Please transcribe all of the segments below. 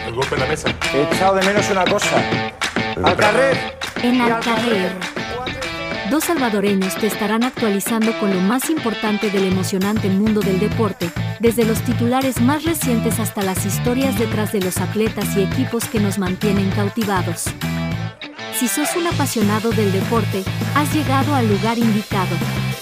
El golpe en la mesa. He echado de menos una cosa. ¡Al carrer! En Al Carrer, dos salvadoreños te estarán actualizando con lo más importante del emocionante mundo del deporte, desde los titulares más recientes hasta las historias detrás de los atletas y equipos que nos mantienen cautivados. Si sos un apasionado del deporte, has llegado al lugar indicado.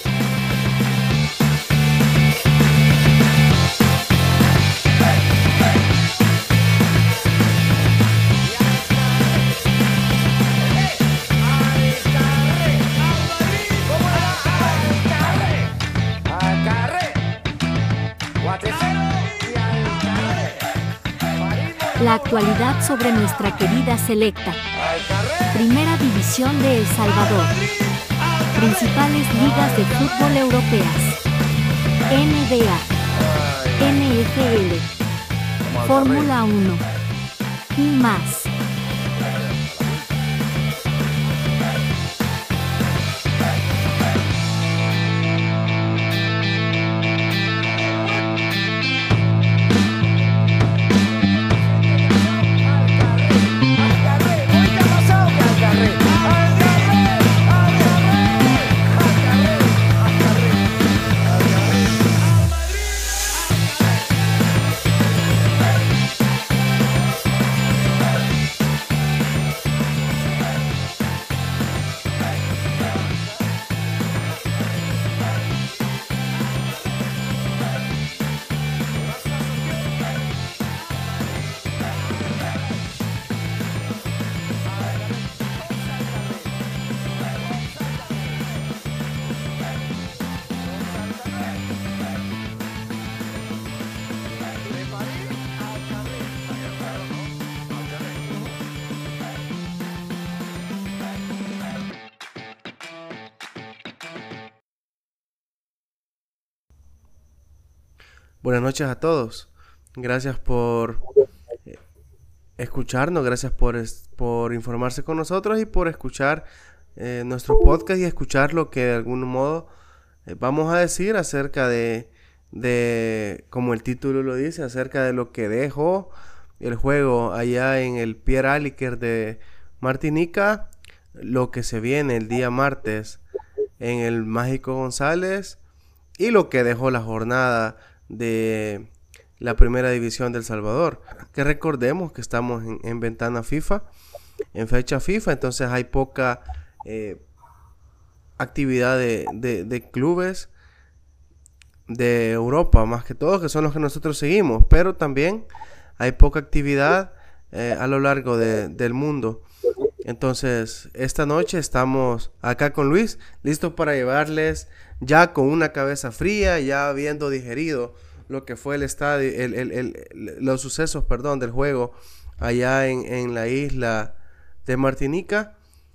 La actualidad sobre nuestra querida selecta. Primera División de El Salvador. Principales ligas de fútbol europeas. NBA, NFL, Fórmula 1 y más. Buenas noches a todos. Gracias por escucharnos, gracias por informarse con nosotros y por escuchar nuestro podcast y escuchar lo que de algún modo vamos a decir acerca como el título lo dice, acerca de lo que dejó el juego allá en el Pierre Aliker de Martinica, lo que se viene el día martes en el Mágico González y lo que dejó la jornada de la Primera División de El Salvador, que recordemos que estamos en ventana FIFA, en fecha FIFA, entonces hay poca actividad de clubes de Europa, más que todo, que son los que nosotros seguimos, pero también hay poca actividad a lo largo del mundo. Entonces, esta noche estamos acá con Luis, listos para llevarles ya con una cabeza fría, ya habiendo digerido lo que fue el estadio, los sucesos, del juego allá en la isla de Martinica.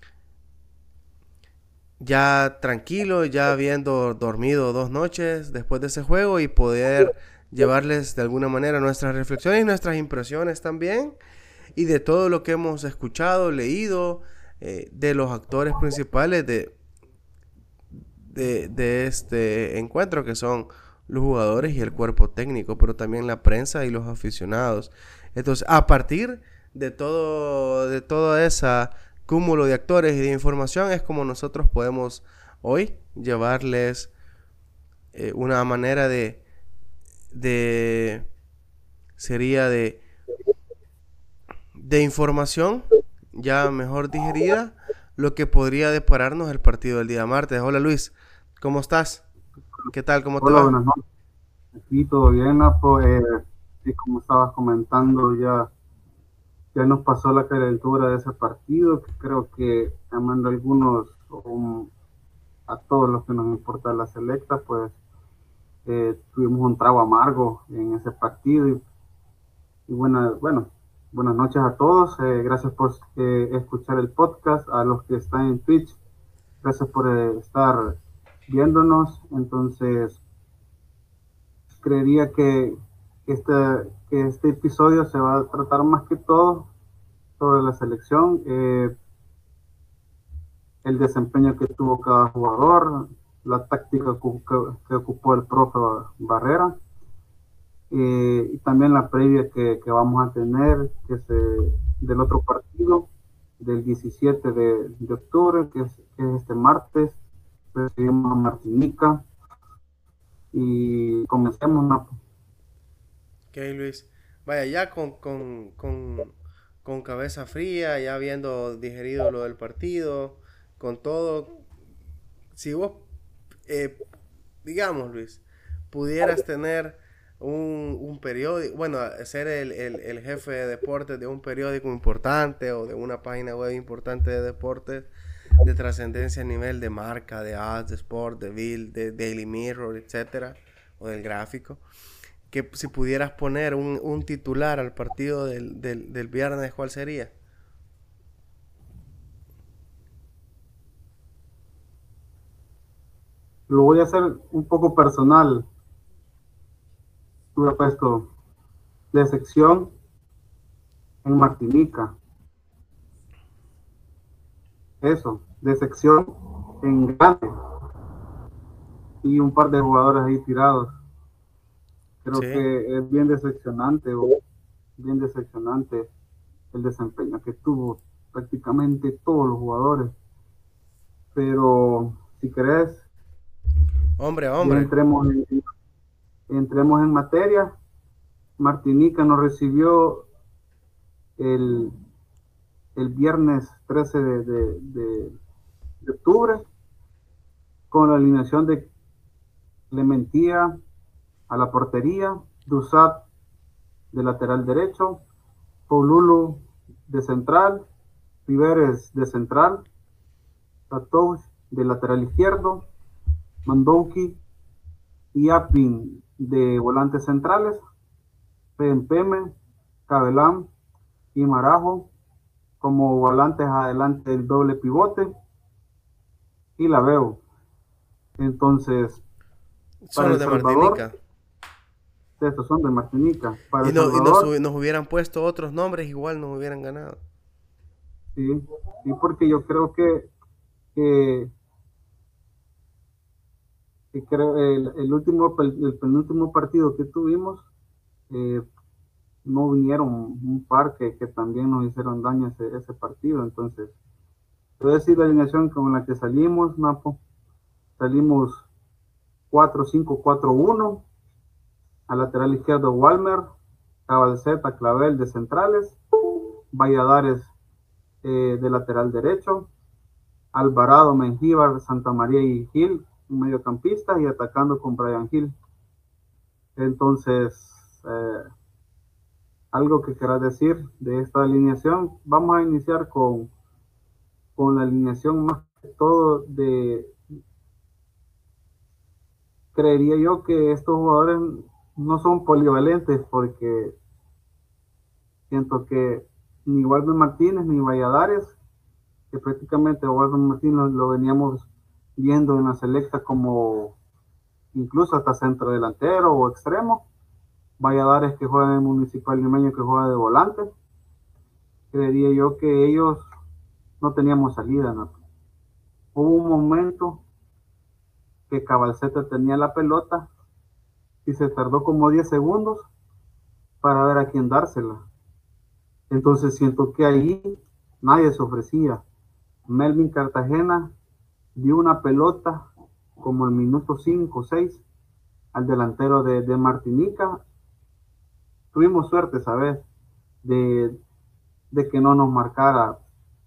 Ya tranquilo, ya habiendo dormido 2 noches después de ese juego y poder llevarles de alguna manera nuestras reflexiones y nuestras impresiones también. Y de todo lo que hemos escuchado, leído, de los actores principales de este encuentro, que son los jugadores y el cuerpo técnico, pero también la prensa y los aficionados. Entonces, a partir de todo ese cúmulo de actores y de información, es como nosotros podemos hoy llevarles una manera sería de información ya mejor digerida, lo que podría depararnos el partido del día martes. Hola Luis, ¿cómo estás? ¿Qué tal? ¿Cómo te va? Buenas noches. Aquí todo bien, Napo. Sí, como estabas comentando, ya nos pasó la calentura de ese partido, que creo que llamando a algunos, a todos los que nos importa la selecta, pues tuvimos un trago amargo en ese partido. Y buenas noches a todos. Gracias por escuchar el podcast. A los que están en Twitch, gracias por estar viéndonos. Entonces, creería que este episodio se va a tratar más que todo sobre la selección, el desempeño que tuvo cada jugador, la táctica que ocupó el profe Barrera. y también la previa que vamos a tener, del otro partido, del 17 de octubre, que es este martes. Recibimos a Martinica y comencemos, ¿no? Ok, Luis. Vaya, ya con cabeza fría, ya habiendo digerido lo del partido, con todo, si vos, eh, digamos, Luis, pudieras tener un periódico, bueno, ser el jefe de deportes de un periódico importante o de una página web importante de deportes, de trascendencia a nivel de marca, de ads, de sport, de Bill, de Daily Mirror, etcétera, o del gráfico, que si pudieras poner un titular al partido del viernes, ¿cuál sería? Lo voy a hacer un poco personal. Tuve puesto de sección en Martinica. Eso, de sección en grande. Y un par de jugadores ahí tirados. Creo Sí. que es bien decepcionante el desempeño que tuvo prácticamente todos los jugadores. Pero si querés, Hombre a ya hombre. entremos en materia. Martinica nos recibió el, el viernes 13 de octubre con la alineación de Clementía a la portería, Dusat de lateral derecho, Paululu de central, Riveres de central, Tatouch de lateral izquierdo, Mandouki y Apin de volantes centrales, Pempeme, Cabelán y Marajo como volantes adelante del doble pivote, y la veo. Entonces, Son para los El de Salvador, Martinica. estos son de Martinica. Para Y, El no, Salvador, nos hubieran puesto otros nombres, igual nos hubieran ganado. sí, sí, porque yo creo que, que creo el penúltimo partido que tuvimos, eh, no vinieron un par que también nos hicieron daño ese partido. Entonces, voy a decir la alineación con la que salimos, Napo. Salimos 4-5-4-1. Al lateral izquierdo, Walmer, Cabalceta, Clavel de centrales, Valladares de lateral derecho, Alvarado, Mengíbar, Santa María y Gil, mediocampistas, y atacando con Brian Gil. Entonces, algo que quieras decir de esta alineación. Vamos a iniciar con la alineación más que todo creería yo que estos jugadores no son polivalentes, porque siento que ni Walter Martínez ni Valladares, que prácticamente Walter Martínez lo veníamos viendo en la selecta como incluso hasta centro delantero o extremo, Valladares que juega en el Municipal Limeño, que juega de volante, creería yo que ellos no teníamos salida, ¿no? Hubo un momento que Cabalceta tenía la pelota y se tardó como 10 segundos para ver a quién dársela. Entonces siento que ahí nadie se ofrecía. Melvin Cartagena dio una pelota como el minuto 5 o 6 al delantero de Martinica. Tuvimos suerte, ¿sabes? De que no nos marcara.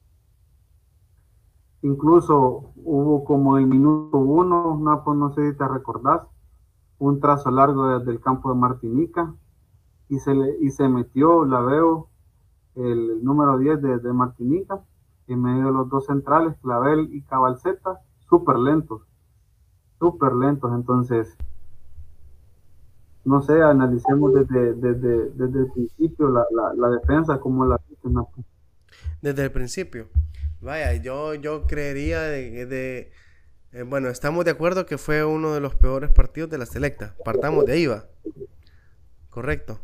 Incluso hubo como el minuto 1, no sé si te recordás, un trazo largo desde el campo de Martinica y se metió, la veo, el número 10 de Martinica en medio de los dos centrales, Clavel y Cabalceta, súper lentos. Entonces, no sé, analicemos desde el principio la defensa, como la... Desde el principio. Vaya, yo creería bueno, estamos de acuerdo que fue uno de los peores partidos de la selecta. Partamos de ahí, va. Correcto.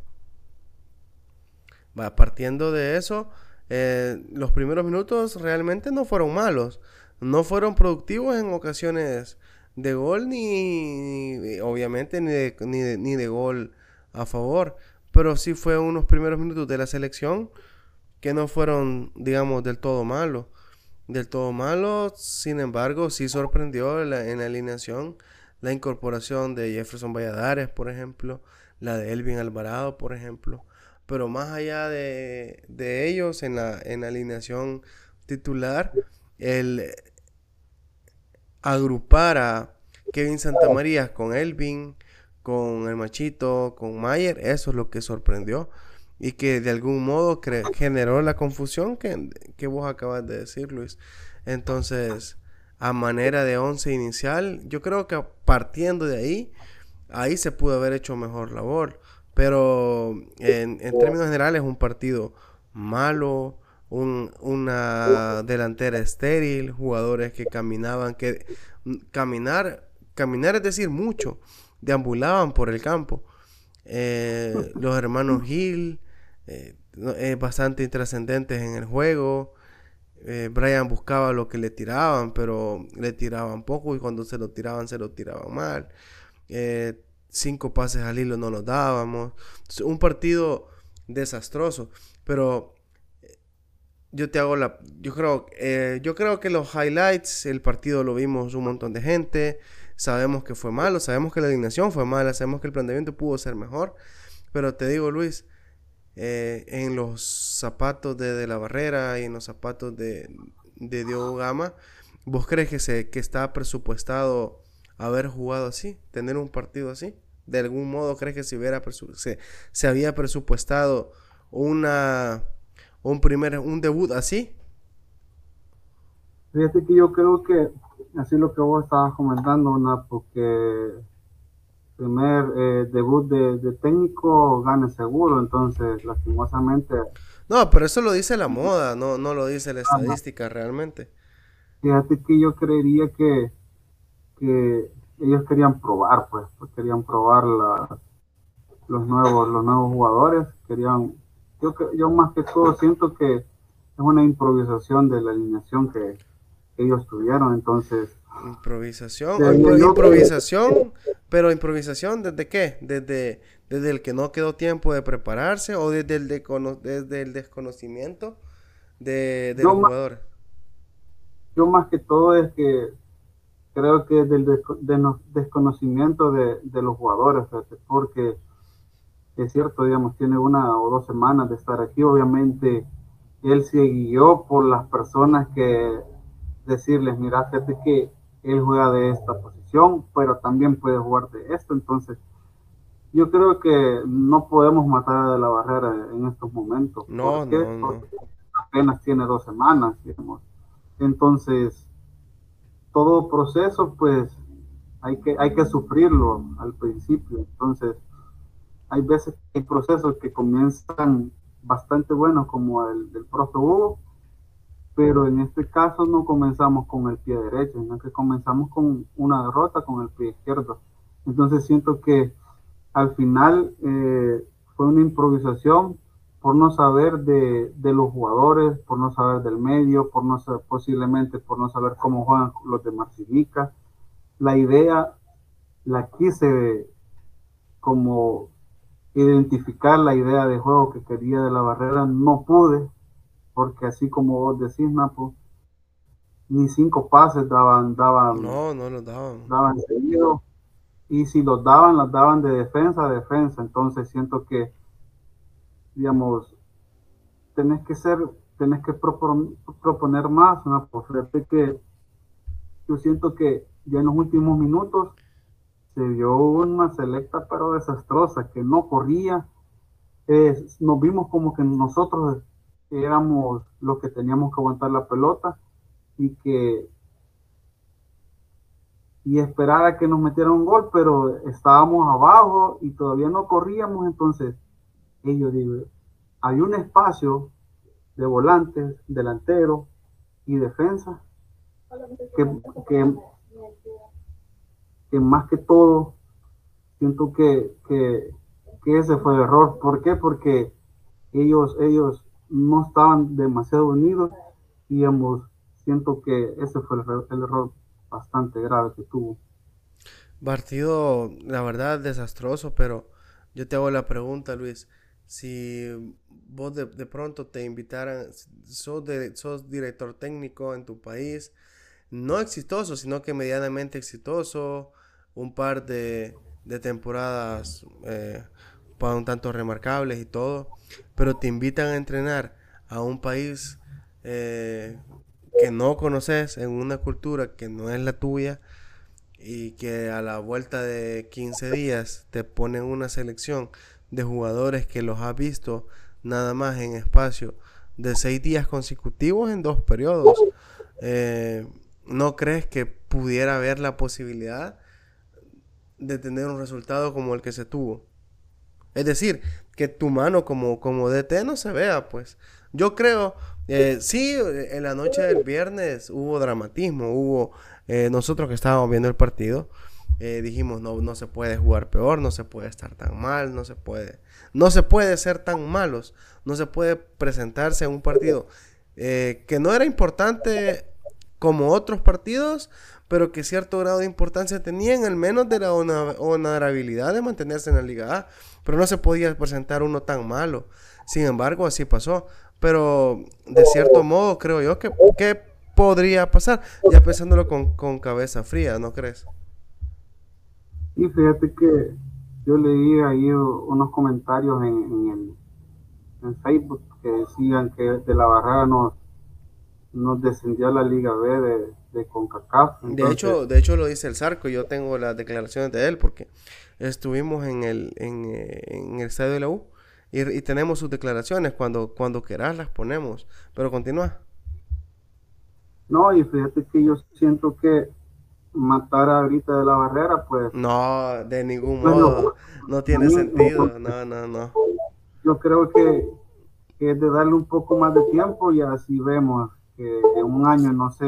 Va, partiendo de eso, los primeros minutos realmente no fueron malos. No fueron productivos en ocasiones de gol, obviamente ni de gol a favor. Pero sí fue unos primeros minutos de la selección que no fueron, digamos, del todo malos. Del todo malo, sin embargo, sí sorprendió en la alineación la incorporación de Jefferson Valladares, por ejemplo, la de Elvin Alvarado, por ejemplo. Pero más allá de ellos en la alineación titular, el agrupar a Kevin Santamaría con Elvin, con el Machito, con Mayer, eso es lo que sorprendió y que de algún modo generó la confusión que vos acabas de decir, Luis. Entonces, a manera de 11 inicial, yo creo que partiendo de ahí se pudo haber hecho mejor labor. Pero en términos generales, un partido malo, una delantera estéril, jugadores que caminaban, caminar es decir mucho, deambulaban por el campo. Los hermanos Gil, bastante intrascendentes en el juego. Brian buscaba lo que le tiraban, pero le tiraban poco y cuando se lo tiraban mal. 5 pases al hilo no los dábamos. Un partido desastroso, pero yo creo que los highlights, el partido lo vimos un montón de gente. Sabemos que fue malo, sabemos que la alineación fue mala, sabemos que el planteamiento pudo ser mejor, pero te digo, Luis, en los zapatos de la Barrera y en los zapatos de Diogo Gama, ¿vos crees que está presupuestado haber jugado así, tener un partido así? ¿De algún modo crees que se había presupuestado un debut así? Fíjate que yo creo que así lo que vos estabas comentando, porque primer debut de técnico gane seguro, entonces lastimosamente. No, pero eso lo dice la moda, no lo dice la estadística realmente. Fíjate que yo creería que ellos querían probar, pues querían probar los nuevos jugadores, yo más que todo siento que es una improvisación de la alineación que ellos tuvieron, entonces. Improvisación, pero improvisación ¿desde qué? Desde el que no quedó tiempo de prepararse o desde el desconocimiento de los jugadores. Yo más que todo es que creo que es del desconocimiento de los jugadores, porque es cierto, digamos, tiene 1 o 2 semanas de estar aquí, obviamente él se guió por las personas que decirles, mira, fíjate que él juega de esta posición, pero también puede jugar de esto, entonces yo creo que no podemos matar a De la Barrera en estos momentos. No. Porque apenas tiene 2 semanas, digamos. Entonces, todo proceso, pues, hay que sufrirlo al principio. Entonces, hay veces que hay procesos que comienzan bastante buenos, como el del profe Hugo, pero en este caso no comenzamos con el pie derecho, sino que comenzamos con una derrota con el pie izquierdo. Entonces siento que al final fue una improvisación por no saber de los jugadores, por no saber del medio, posiblemente por no saber cómo juegan los de Marcinica. La idea la quise como identificar la idea de juego que quería De la Barrera, no pude, porque así como vos decís, Napo, ni 5 pases daban. No los daban. Daban seguido. Y si los daban, las daban de defensa a defensa. Entonces siento que, digamos, tenés que proponer más, Napo. Fíjate que yo siento que ya en los últimos minutos se vio una selecta pero desastrosa, que no corría. Nos vimos como que nosotros éramos los que teníamos que aguantar la pelota y esperar a que nos metieran un gol, pero estábamos abajo y todavía no corríamos. Entonces hay un espacio de volantes, delantero y defensa que más que todo siento que ese fue el error. ¿Por qué? Porque ellos no estaban demasiado unidos y siento que ese fue el error bastante grave que tuvo. Partido, la verdad, desastroso, pero Yo te hago la pregunta, Luis. Si vos de pronto te invitaran, sos director técnico en tu país, no exitoso, sino que medianamente exitoso, un par de temporadas para un tanto remarcables y todo, pero te invitan a entrenar a un país eh, que no conoces, en una cultura que no es la tuya, y que a la vuelta de 15 días te ponen una selección de jugadores que los has visto nada más en espacio de 6 días consecutivos en 2 periodos. Eh, ¿No crees que pudiera haber la posibilidad de tener un resultado como el que se tuvo? Es decir, que tu mano como DT no se vea, pues. Yo creo, sí, en la noche del viernes hubo dramatismo, nosotros que estábamos viendo el partido, dijimos, no, no se puede jugar peor, no se puede estar tan mal, no se puede ser tan malos, no se puede presentarse en un partido que no era importante como otros partidos, pero que cierto grado de importancia tenían, al menos de la honorabilidad de mantenerse en la Liga A, pero no se podía presentar uno tan malo. Sin embargo, así pasó. Pero de cierto modo creo yo que podría pasar, ya pensándolo con cabeza fría, ¿no crees? Y fíjate que yo leí ahí unos comentarios en Facebook que decían que de la Barrera nos descendió a la Liga B de CONCACAF. Entonces, De hecho lo dice el Zarco, yo tengo las declaraciones de él porque estuvimos en el estadio de la U y tenemos sus declaraciones, cuando quieras las ponemos, pero continúa. no, y fíjate que yo siento que matar ahorita de la Barrera, pues, No, de ningún no es lo modo, justo. no A tiene mí, sentido, no, no, no. yo creo que es de darle un poco más de tiempo y así vemos que en un año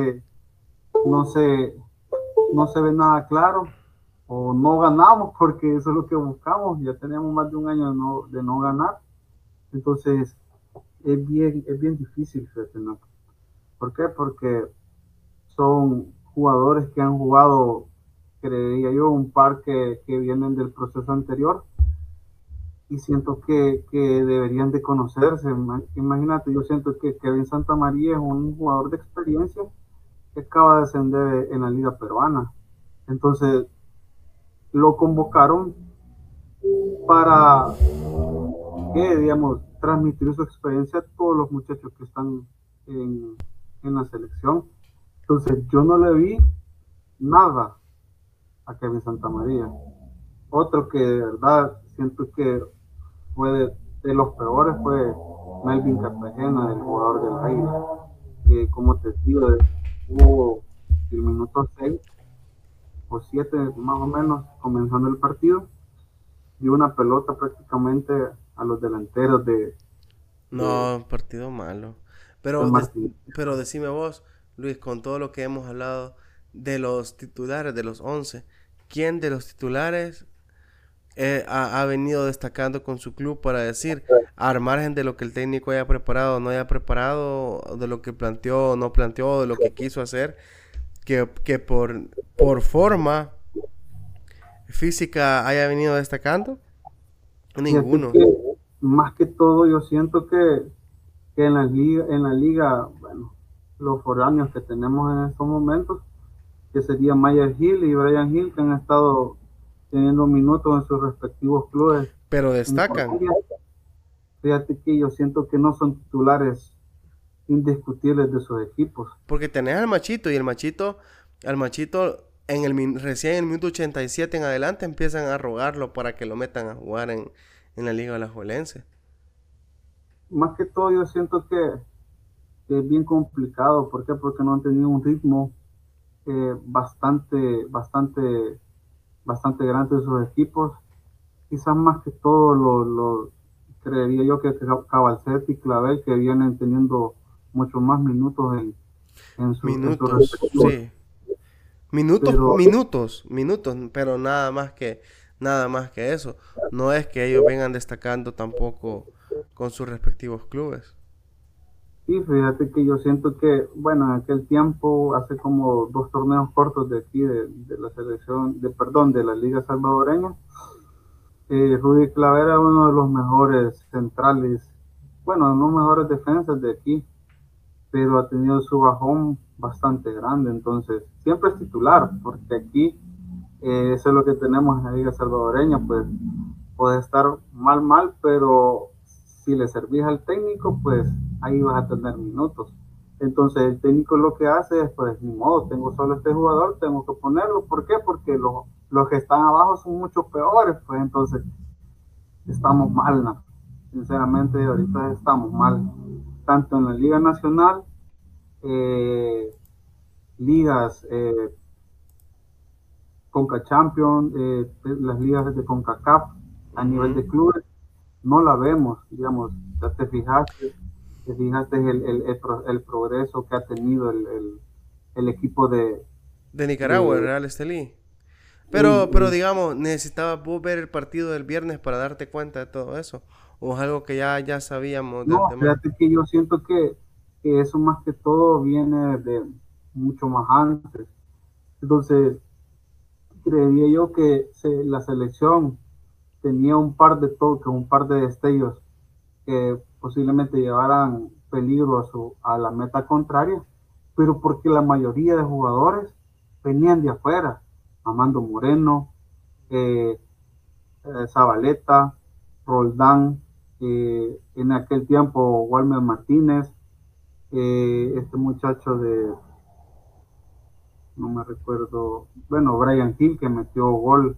no se, no se ve nada claro o no ganamos porque eso es lo que buscamos. Ya tenemos más de un año de no ganar. Entonces es bien difícil, fíjate, ¿no? ¿Por qué? Porque son jugadores que han jugado, creía yo, un par que vienen del proceso anterior y siento que deberían de conocerse. Imagínate, yo siento que Kevin Santamaría es un jugador de experiencia que acaba de ascender en la liga peruana. Entonces lo convocaron para que, digamos, transmitir su experiencia a todos los muchachos que están en la selección. Entonces yo no le vi nada a Kevin Santamaría. Otro que de verdad siento que fue de los peores fue Melvin Cartagena, el jugador del Águila, que como te digo, hubo el minuto 6 o 7 más o menos comenzando el partido, dio una pelota prácticamente a los delanteros de, No, partido malo. de Pero, Martín. pero decime vos, Luis, con todo lo que hemos hablado de los titulares, de los 11, ¿quién de los titulares ha venido destacando con su club para decir, al margen de lo que el técnico haya preparado o no haya preparado, de lo que planteó o no planteó, de lo que quiso hacer, que por forma física haya venido destacando? Ninguno. Más que todo yo siento que en la liga, bueno, los foráneos que tenemos en estos momentos, que sería Mayer Hill y Brian Hill, que han estado teniendo minutos en sus respectivos clubes. Pero destacan. Fíjate que yo siento que no son titulares indiscutibles de sus equipos. Porque tenés al Machito y al Machito recién en el minuto 87 en adelante empiezan a rogarlo para que lo metan a jugar en la Liga Alajuelense. Más que todo yo siento que es bien complicado. ¿Por qué? Porque no han tenido un ritmo bastante grande de sus equipos. Quizás más que todo lo creería yo que Cabalcet y Clavel, que vienen teniendo muchos más minutos en sus Minutos, respectivos. sí. Minutos, Pero minutos, pero nada más que eso. No es que ellos vengan destacando tampoco con sus respectivos clubes. sí, fíjate que yo siento que, bueno, en aquel tiempo, hace como 2 torneos cortos de aquí, de la selección, perdón, de la Liga Salvadoreña, Rudy Clavera es uno de los mejores centrales, bueno, no mejores defensas de aquí, pero ha tenido su bajón bastante grande, entonces siempre es titular, porque aquí eso es lo que tenemos en la Liga Salvadoreña, pues puede estar mal, pero si le servís al técnico, pues ahí vas a tener minutos. Entonces el técnico lo que hace es, pues ni modo, tengo solo este jugador, tengo que ponerlo. ¿Por qué? Porque los que están abajo son mucho peores, pues entonces estamos mal, ¿no? Sinceramente ahorita estamos mal, tanto en la Liga Nacional, eh, ligas Conca Champions, las ligas de CONCACAF a nivel de clubes, no la vemos, digamos, ya te fijaste el progreso que ha tenido el equipo De Nicaragua, el de Real Estelí. Pero y digamos, ¿necesitabas vos ver el partido del viernes para darte cuenta de todo eso? ¿O es algo que ya sabíamos de no, antemano? fíjate que yo siento que eso más que todo viene de mucho más antes. Entonces, creería yo que la selección tenía un par de toques, un par de destellos que posiblemente llevaran peligro a la meta contraria, pero porque la mayoría de jugadores venían de afuera. Amando Moreno, eh, Zabaleta, Roldán, en aquel tiempo Walmer Martínez, este muchacho no me recuerdo, bueno, Brian Hill que metió gol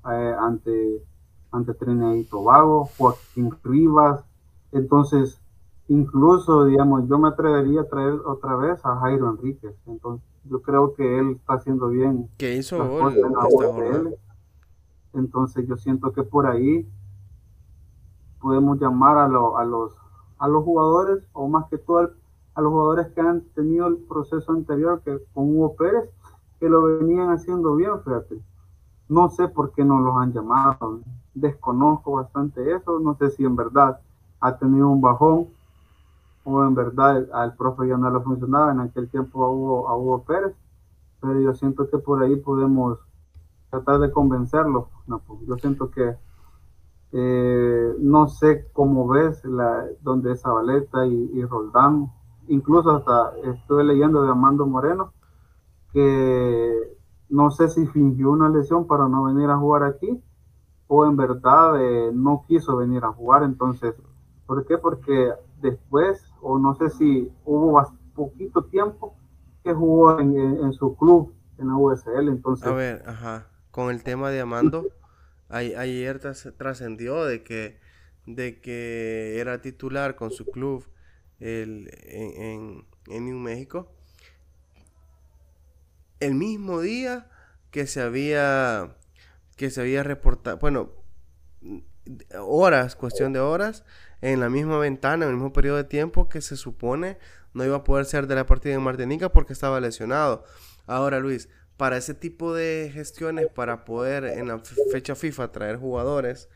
ante Trinidad y Tobago, Joaquín Rivas. Entonces, incluso, digamos, yo me atrevería a traer otra vez a Jairo Enríquez. Entonces, yo creo que él está haciendo bien Que hizo las cosas en gol la esta jornada. USL. Entonces, yo siento que por ahí podemos llamar a los jugadores, o más que todo a los jugadores que han tenido el proceso anterior que con Hugo Pérez, que lo venían haciendo bien, fíjate. No sé por qué no los han llamado, desconozco bastante eso, no sé si en verdad ha tenido un bajón o en verdad al profe ya no le funcionaba en aquel tiempo a Hugo Pérez, pero yo siento que por ahí podemos tratar de convencerlo. No, pues, yo siento que no sé cómo ves donde es Zabaleta y Roldán, incluso hasta estuve leyendo de Amando Moreno, que no sé si fingió una lesión para no venir a jugar aquí o en verdad no quiso venir a jugar. Entonces, ¿por qué? Porque después, o no sé si hubo poquito tiempo que jugó en su club, en la USL. A Entonces, ver, ajá, con el tema de Amando, ayer trascendió de que era titular con su club en New México, el mismo día que se había reportado, bueno, horas, cuestión de horas, en la misma ventana, en el mismo periodo de tiempo que se supone no iba a poder ser de la partida en Martinica porque estaba lesionado. Ahora, Luis, para ese tipo de gestiones, para poder en la fecha FIFA traer jugadores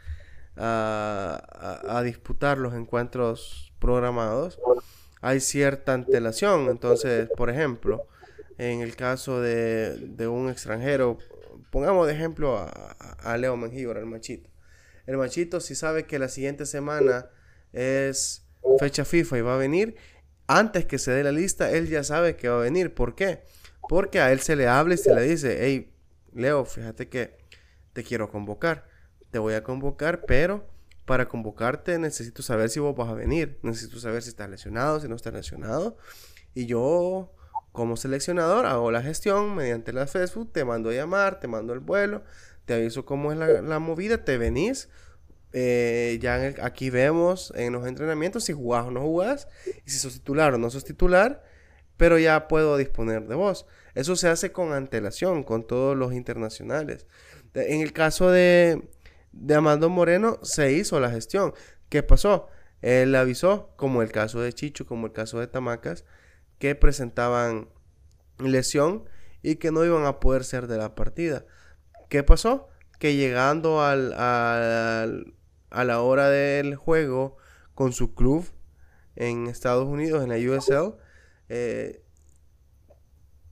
a disputar los encuentros programados, hay cierta antelación. Entonces, por ejemplo, en el caso de un extranjero, pongamos de ejemplo a Leo Mengíbar, el Machito. El Machito, si sabe que la siguiente semana es fecha FIFA y va a venir, antes que se dé la lista, él ya sabe que va a venir. ¿Por qué? Porque a él se le habla y se le dice, hey, Leo, fíjate que te quiero convocar. Te voy a convocar, pero para convocarte necesito saber si vos vas a venir. Necesito saber si estás lesionado, si no estás lesionado. Y yo, como seleccionador, hago la gestión mediante la Facebook, te mando a llamar, te mando el vuelo, te aviso cómo es la movida, te venís. Aquí vemos en los entrenamientos si jugás o no jugás, y si sos titular o no sos titular, pero ya puedo disponer de vos. Eso se hace con antelación, con todos los internacionales. En el caso de Amando Moreno, se hizo la gestión. ¿Qué pasó? Él avisó, como el caso de Chicho, como el caso de Tamacas, que presentaban lesión y que no iban a poder ser de la partida. ¿Qué pasó? Que llegando a la hora del juego con su club en Estados Unidos, en la USL,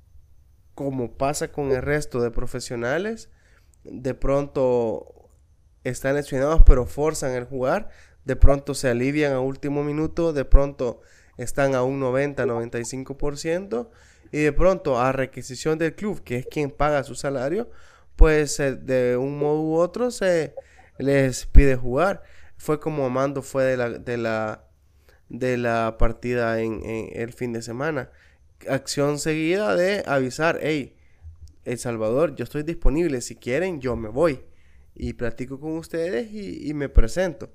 como pasa con el resto de profesionales, de pronto están lesionados pero forzan el jugar, de pronto se alivian a último minuto, de pronto están a un 90-95% y de pronto a requisición del club, que es quien paga su salario, pues de un modo u otro se les pide jugar. Fue como Amando fue de la partida en el fin de semana. Acción seguida de avisar, hey, El Salvador, yo estoy disponible, si quieren yo me voy y platico con ustedes y me presento.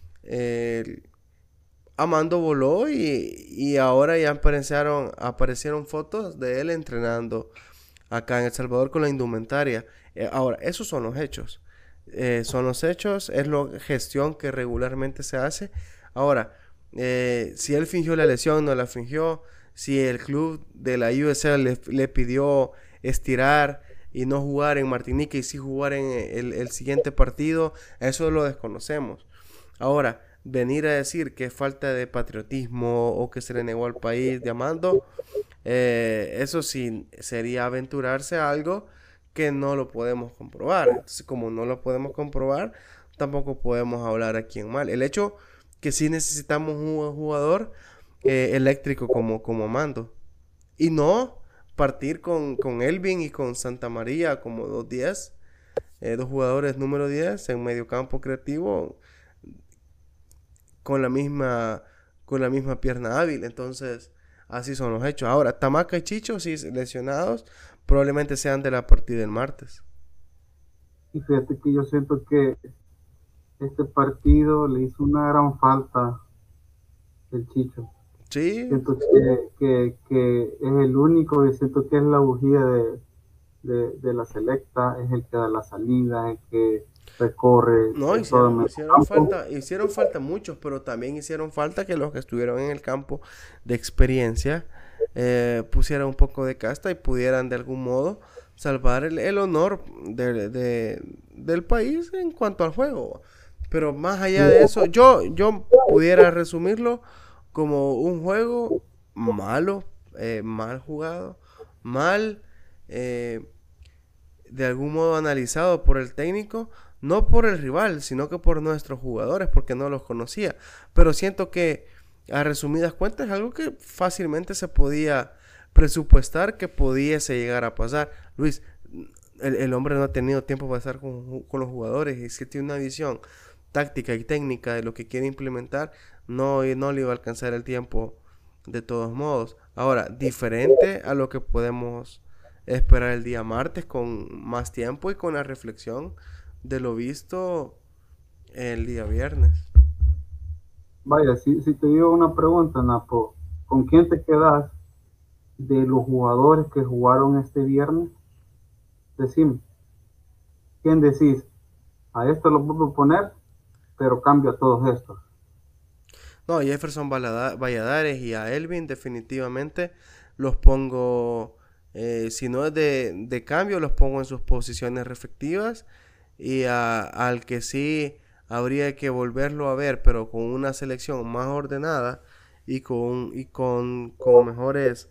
Amando voló y ahora ya aparecieron fotos de él entrenando acá en El Salvador con la indumentaria. Ahora, esos son los hechos. Son los hechos, es la gestión que regularmente se hace. Ahora, si él fingió la lesión, no la fingió, si el club de la USL le pidió estirar y no jugar en Martinica y sí jugar en el siguiente partido, eso lo desconocemos. Ahora, venir a decir que es falta de patriotismo o que se le negó al país de Amando, eso sí sería aventurarse a algo que no lo podemos comprobar. Entonces, como no lo podemos comprobar, tampoco podemos hablar aquí en mal. El hecho que sí necesitamos un jugador eléctrico como Amando. Y no partir con Elvin y con Santa María como 2-10, dos jugadores número 10 en medio campo creativo con la misma pierna hábil. Entonces, así son los hechos. Ahora, Tamaca y Chicho, sí, lesionados, probablemente sean de la partida del martes. Y fíjate que yo siento que este partido le hizo una gran falta el Chicho. Sí. Siento que es el único y siento que es la bujía de la selecta, es el que da la salida, es el que recorre. No, hicieron falta muchos, pero también hicieron falta que los que estuvieron en el campo de experiencia pusieran un poco de casta y pudieran de algún modo salvar el honor del país en cuanto al juego. Pero más allá de eso, yo pudiera resumirlo como un juego malo, mal jugado, mal de algún modo analizado por el técnico, no por el rival, sino que por nuestros jugadores, porque no los conocía. Pero siento que, a resumidas cuentas, es algo que fácilmente se podía presupuestar que pudiese llegar a pasar. Luis, el hombre no ha tenido tiempo para estar con los jugadores, y si tiene una visión táctica y técnica de lo que quiere implementar, no le iba a alcanzar el tiempo de todos modos. Ahora, diferente a lo que podemos esperar el día martes con más tiempo y con la reflexión de lo visto el día viernes. Vaya, si te digo una pregunta, Napo, ¿con quién te quedas de los jugadores que jugaron este viernes? Decime, ¿quién decís? A esto lo puedo poner, pero cambio a todos estos. No, a Jefferson Valladares y a Elvin definitivamente los pongo, si no es de cambio, los pongo en sus posiciones respectivas. Y al que sí habría que volverlo a ver, pero con una selección más ordenada y con mejores,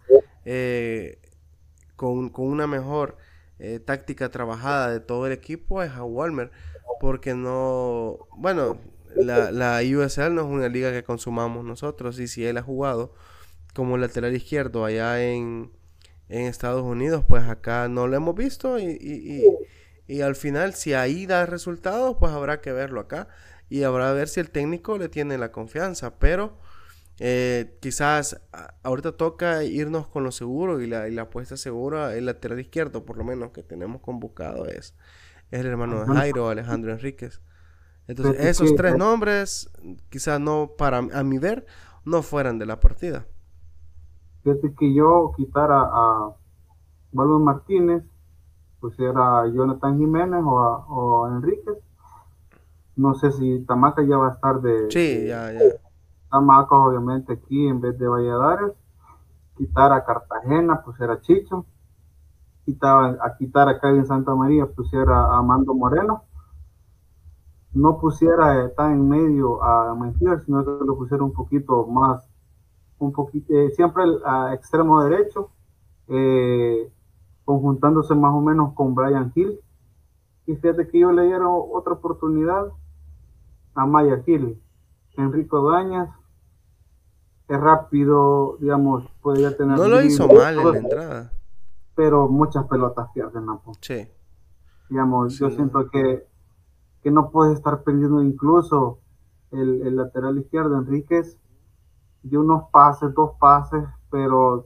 con una mejor táctica trabajada de todo el equipo, es a Walmer. Porque no, bueno, la USL no es una liga que consumamos nosotros, y si él ha jugado como lateral izquierdo allá en Estados Unidos, pues acá no lo hemos visto y al final, si ahí da resultados, pues habrá que verlo acá y habrá que ver si el técnico le tiene la confianza. Pero quizás ahorita toca irnos con lo seguro y la apuesta segura, el lateral izquierdo, por lo menos que tenemos convocado, es el hermano de Jairo, Alejandro Enríquez. Entonces, esos tres nombres, quizás no, a mi ver, no fueran de la partida. Fíjate que yo quitara a Valdo Martínez, pusiera a Jonathan Jiménez o a Enríquez. No sé si Tamaca ya va a estar Sí, ya. Tamaca, obviamente, aquí en vez de Valladares. Quitar a Cartagena, pusiera a Chicho. Quitar a Kevin Santa María, pusiera a Amando Moreno. No pusiera tan en medio a Mentiras, sino que lo pusiera un poquito más, siempre a extremo derecho, conjuntándose más o menos con Brian Hill, Y fíjate que yo le dieron otra oportunidad a Maya Gil. Enrico Dueñas es rápido, digamos, podría tener No lo hizo mal en la entrada. pero muchas pelotas pierden, ¿no? Sí. Digamos, Sí, yo no. siento que no puedes estar perdiendo incluso el lateral izquierdo, Enríquez, de unos pases, dos pases, pero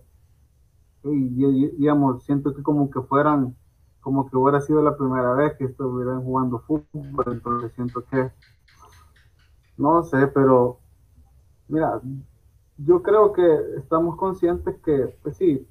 digamos, siento que como que fueran, como que hubiera sido la primera vez que estuvieran jugando fútbol, entonces siento que, no sé, pero mira, yo creo que estamos conscientes que, pues sí,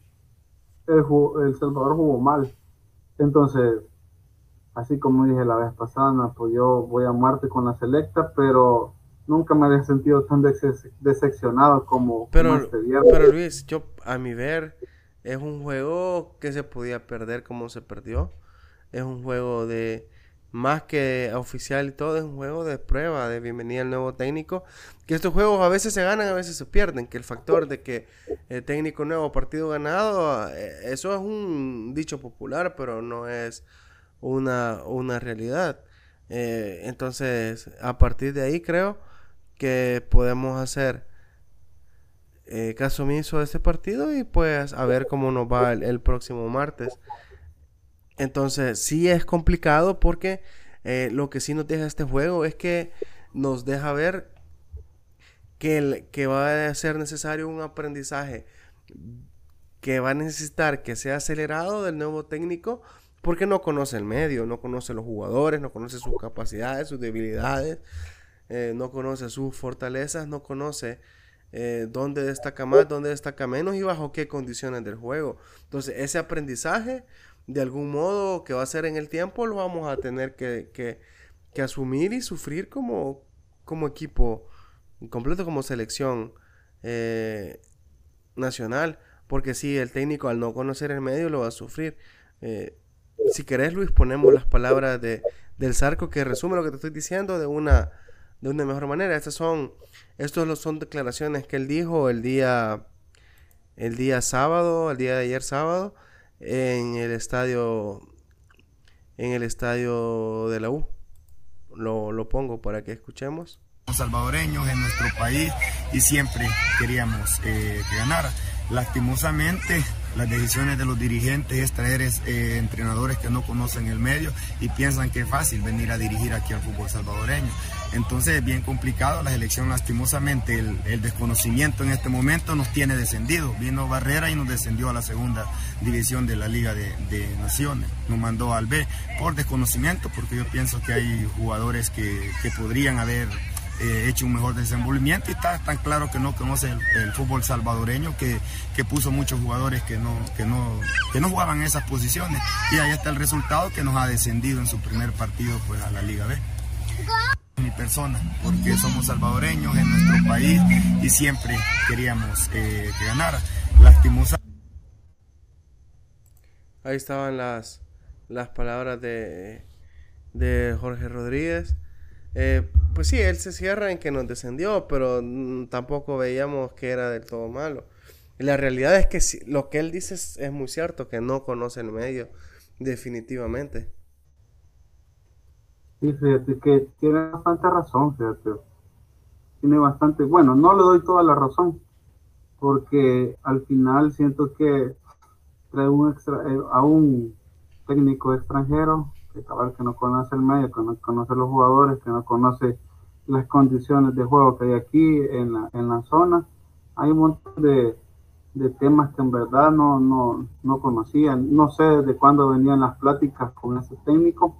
el Salvador jugó mal, entonces, así como dije la vez pasada, no, pues yo voy a muerte con la selecta, pero nunca me había sentido tan decepcionado como Pero, este viernes. pero Luis, yo a mi ver, es un juego que se podía perder como se perdió. Es un juego de más que oficial y todo, es un juego de prueba, de bienvenida al nuevo técnico. Que estos juegos a veces se ganan, a veces se pierden. Que el factor de que el técnico nuevo, partido ganado, eso es un dicho popular, pero no es una realidad. Entonces, a partir de ahí creo que podemos hacer caso omiso de este partido y pues a ver cómo nos va el próximo martes. Entonces, sí es complicado porque lo que sí nos deja este juego es que nos deja ver que va a ser necesario un aprendizaje que va a necesitar que sea acelerado del nuevo técnico porque no conoce el medio, no conoce los jugadores, no conoce sus capacidades, sus debilidades, no conoce sus fortalezas, no conoce dónde destaca más, dónde destaca menos y bajo qué condiciones del juego. Entonces, ese aprendizaje, de algún modo que va a ser en el tiempo, lo vamos a tener que asumir y sufrir como equipo completo, como selección nacional. Porque si el técnico al no conocer el medio lo va a sufrir. Si querés, Luis, ponemos las palabras del Zarco que resume lo que te estoy diciendo de una mejor manera. Estos son declaraciones que él dijo el día sábado, el día de ayer sábado, en el estadio de la U. Lo pongo para que escuchemos. Salvadoreños en nuestro país y siempre queríamos que ganara. Lastimosamente, las decisiones de los dirigentes es traer entrenadores que no conocen el medio y piensan que es fácil venir a dirigir aquí al fútbol salvadoreño. Entonces es bien complicado la selección, lastimosamente el desconocimiento en este momento nos tiene descendido. Vino Barrera y nos descendió a la segunda división de la Liga de Naciones. Nos mandó al B por desconocimiento, porque yo pienso que hay jugadores que podrían haber hecho un mejor desenvolvimiento y está tan claro que no conoce el fútbol salvadoreño que puso muchos jugadores que no jugaban en esas posiciones y ahí está el resultado que nos ha descendido en su primer partido pues a la Liga B. Mi persona, porque somos salvadoreños en nuestro país y siempre queríamos que ganara. Lastimosamente. Ahí estaban las palabras de Jorge Rodríguez. Pues sí, él se cierra en que nos descendió, pero tampoco veíamos que era del todo malo. Y la realidad es que lo que él dice es muy cierto, que no conoce el medio, definitivamente. Sí, fíjate que tiene bastante razón, fíjate. Tiene bastante, bueno, no le doy toda la razón, porque al final siento que trae a un técnico extranjero que no conoce el medio, que no conoce los jugadores, que no conoce las condiciones de juego que hay aquí en la zona. Hay un montón de temas que en verdad no conocían. No sé desde cuándo venían las pláticas con ese técnico.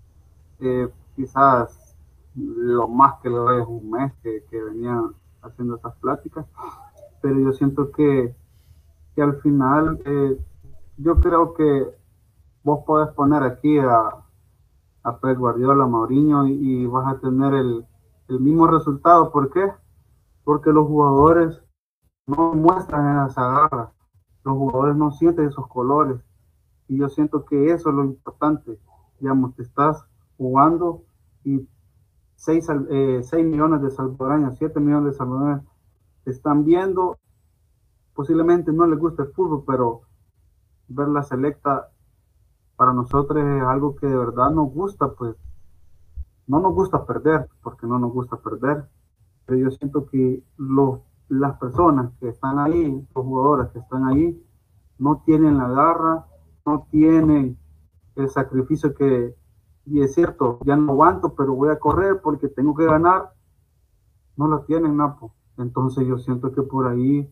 Quizás lo más que le doy es un mes que venían haciendo esas pláticas, pero yo siento que al final yo creo que vos podés poner aquí a Pep Guardiola, Mourinho y vas a tener el mismo resultado. ¿Por qué? Porque los jugadores no muestran esa garra, los jugadores no sienten esos colores y yo siento que eso es lo importante. Digamos, te estás jugando y 6 millones de salvadoreños, 7 millones de salvadoreños te están viendo. Posiblemente no les gusta el fútbol, pero ver la selecta para nosotros es algo que de verdad nos gusta, pues no nos gusta perder, porque no nos gusta perder, pero yo siento que las personas que están ahí, los jugadores que están ahí, no tienen la garra, no tienen el sacrificio y es cierto, ya no aguanto, pero voy a correr porque tengo que ganar, no lo tienen, Napo. Entonces yo siento que por ahí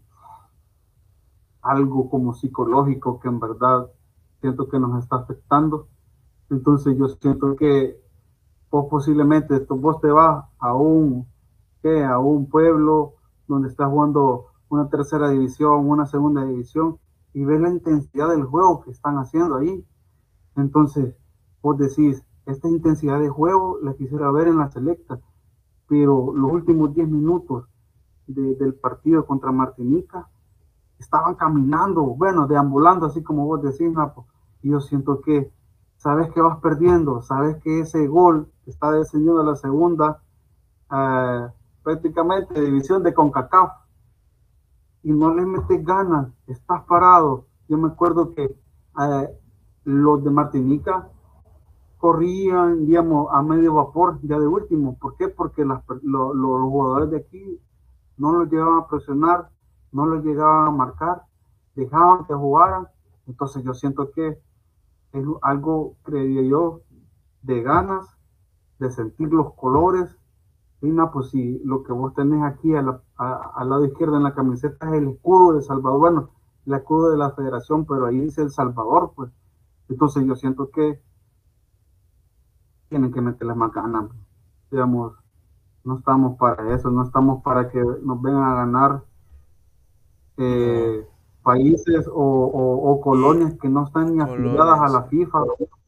algo como psicológico que en verdad siento que nos está afectando. Entonces yo siento que vos posiblemente vos te vas a un pueblo donde estás jugando una tercera división, una segunda división, y ves la intensidad del juego que están haciendo ahí. Entonces vos decís, esta intensidad de juego la quisiera ver en la selecta, pero los últimos 10 minutos del partido contra Martinica estaban caminando, bueno, deambulando, así como vos decís, Napo. Y yo siento que sabes que vas perdiendo, sabes que ese gol está descendiendo a la segunda, prácticamente división de CONCACAF, y no le metes ganas, estás parado. Yo me acuerdo que los de Martinica corrían, digamos, a medio vapor ya de último. ¿Por qué? Porque los jugadores de aquí no los llegaban a presionar, no los llegaban a marcar, dejaban que jugaran. Entonces yo siento que es algo, creería yo, de ganas, de sentir los colores. Y no, pues si lo que vos tenés aquí al lado izquierdo en la camiseta es el escudo de Salvador, bueno, el escudo de la federación, pero ahí dice El Salvador, pues. Entonces yo siento que tienen que meterles más ganas, digamos, no estamos para eso, no estamos para que nos vengan a ganar países o colonias que no están ni afiliadas a la FIFA.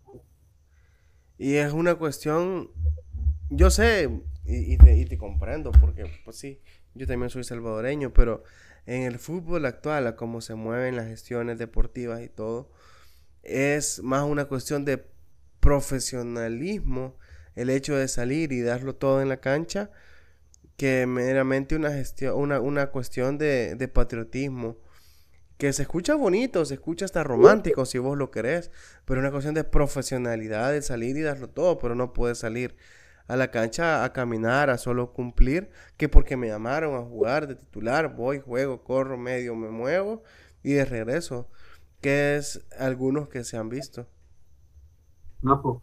Y es una cuestión, yo sé, y te comprendo, porque pues sí, yo también soy salvadoreño, pero en el fútbol actual, a cómo se mueven las gestiones deportivas y todo, es más una cuestión de profesionalismo, el hecho de salir y darlo todo en la cancha, que meramente una cuestión de patriotismo, que se escucha bonito, se escucha hasta romántico si vos lo querés, pero es una cuestión de profesionalidad, de salir y darlo todo, pero no puedes salir a la cancha a caminar, a solo cumplir, que porque me llamaron a jugar de titular, voy, juego, corro, medio, me muevo y de regreso, que es algunos que se han visto. Napo,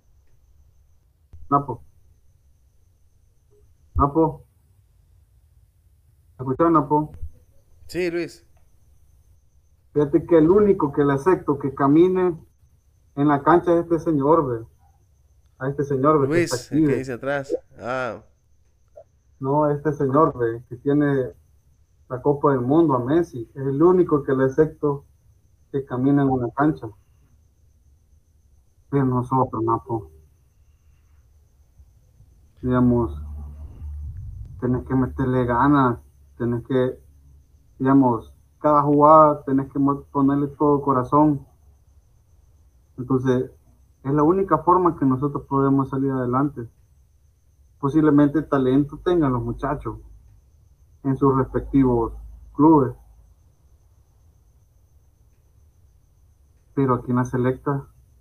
¿escuchás, Napo? Sí, Luis. Fíjate que el único que le acepto que camine en la cancha es este señor, ¿ve? A este señor, ¿ve? Luis, que está aquí, el que ¿ve? dice atrás. Ah, No, este señor, ¿ve? Que tiene la Copa del Mundo, a Messi. Es el único que le acepto que camina en una cancha. Pero nosotros, Napo, digamos, tenés que meterle ganas, tenés que, digamos, cada jugada tenés que ponerle todo corazón. Entonces, es la única forma que nosotros podemos salir adelante. Posiblemente talento tengan los muchachos en sus respectivos clubes, pero aquí en la selecta,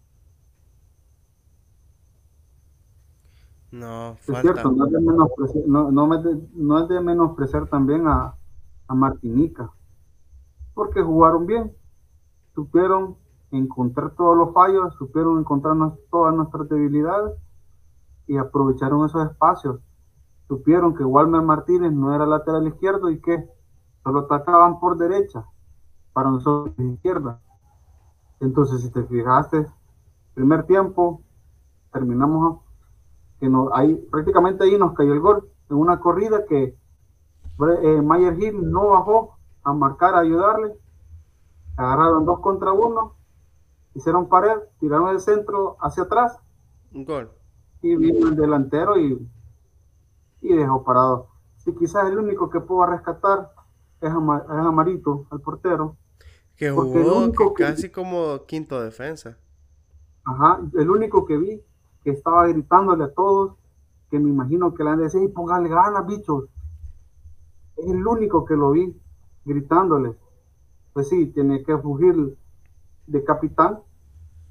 no, es falta. cierto, no es de menospreciar, no es de menospreciar también a Martinica, porque jugaron bien, supieron encontrar todos los fallos, supieron encontrar todas nuestras debilidades y aprovecharon esos espacios. Supieron que Walmer Martínez no era lateral izquierdo y que solo atacaban por derecha, para nosotros izquierda. Entonces, si te fijaste, primer tiempo, terminamos prácticamente ahí nos cayó el gol, en una corrida que Mayer Hill no bajó a marcar, a ayudarle, agarraron 2 contra 1, hicieron pared, tiraron el centro hacia atrás, Un gol. y vino el delantero y dejó parado. Si quizás el único que puedo rescatar es a Marito, al portero, Que porque el jugó único que casi como quinto defensa. el único que vi que estaba gritándole a todos, que me imagino que le han de decir, póngale ganas, bichos. Es el único que lo vi gritándole. Pues sí, tiene que fugir de capitán,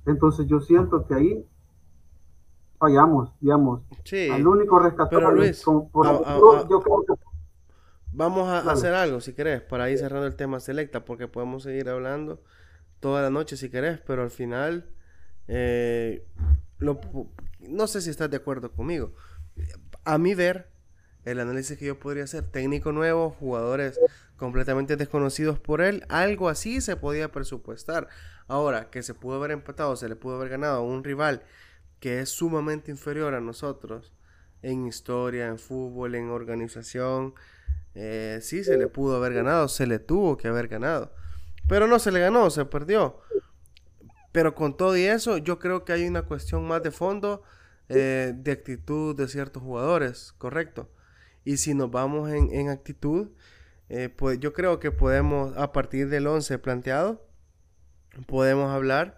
Entonces yo siento que ahí fallamos, digamos. Sí, Al único pero rescatable, Luis, como por yo creo que... vamos a Dale. hacer algo si querés, para ir cerrando el tema selecta, porque podemos seguir hablando toda la noche si querés, pero al final, eh, lo, no sé si estás de acuerdo conmigo. A mi ver, el análisis que yo podría hacer, técnico nuevo, jugadores completamente desconocidos por él, algo así se podía presupuestar. Ahora, que se pudo haber empatado, se le pudo haber ganado a un rival que es sumamente inferior a nosotros en historia, en fútbol, en organización. Sí, se le pudo haber ganado, se le tuvo que haber ganado. Pero no se le ganó, se perdió. Pero con todo y eso, yo creo que hay una cuestión más de fondo, de actitud de ciertos jugadores, correcto. Y si nos vamos en actitud, pues yo creo que podemos, a partir del 11 planteado, podemos hablar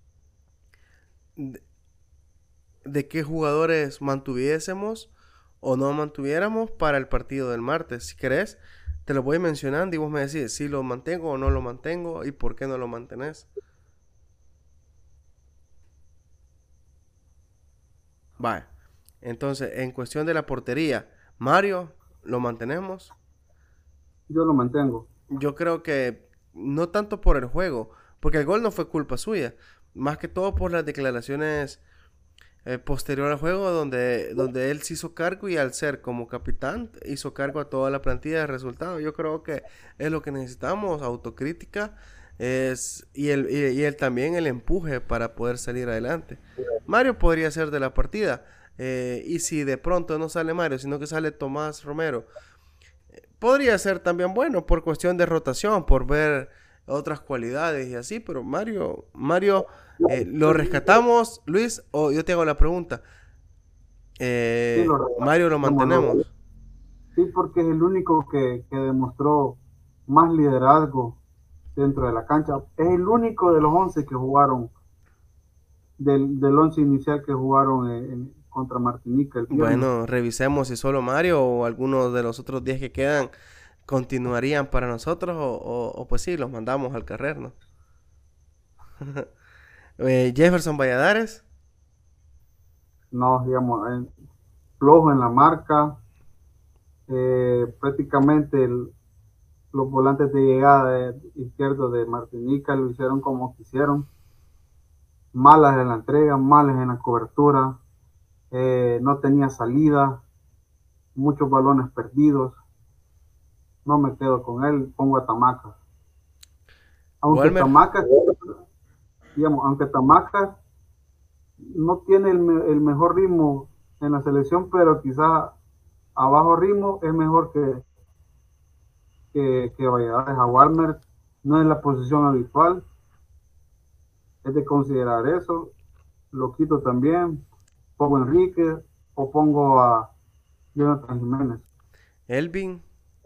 de qué jugadores mantuviésemos o no mantuviéramos para el partido del martes. Si querés, te lo voy mencionando y vos me decís si lo mantengo o no lo mantengo y por qué no lo mantenés. Vale. Entonces, en cuestión de la portería, Mario, ¿lo mantenemos? Yo lo mantengo. Yo creo que no tanto por el juego, porque el gol no fue culpa suya, más que todo por las declaraciones posterior al juego donde él se hizo cargo y al ser como capitán hizo cargo a toda la plantilla de resultados. Yo creo que es lo que necesitamos, autocrítica y el también el empuje para poder salir adelante. Mario podría ser de la partida, y si de pronto no sale Mario, sino que sale Tomás Romero, podría ser también bueno por cuestión de rotación, por ver otras cualidades y así, pero Mario, ¿lo rescatamos, Luis? O yo te hago la pregunta, Sí, Mario lo mantenemos. Sí, porque es el único que demostró más liderazgo dentro de la cancha. Es el único de los 11 que jugaron, del 11 inicial que jugaron contra Martinica el viernes. Bueno, revisemos si solo Mario o algunos de los otros 10 que quedan continuarían para nosotros o pues sí, los mandamos al carrer, ¿no? Jefferson Valladares. No, digamos, flojo en la marca. Prácticamente los volantes de llegada izquierdo de Martinica lo hicieron como quisieron. Malas en la entrega, malas en la cobertura. No tenía salida. Muchos balones perdidos. No me quedo con él, pongo a Tamacas. Aunque Tamacas, digamos, no tiene el mejor ritmo en la selección, pero quizás a bajo ritmo es mejor que Valladares. A Walmer no es la posición habitual, es de considerar eso. Lo quito también, pongo a Enrique o pongo a Jonathan Jiménez. Elvin.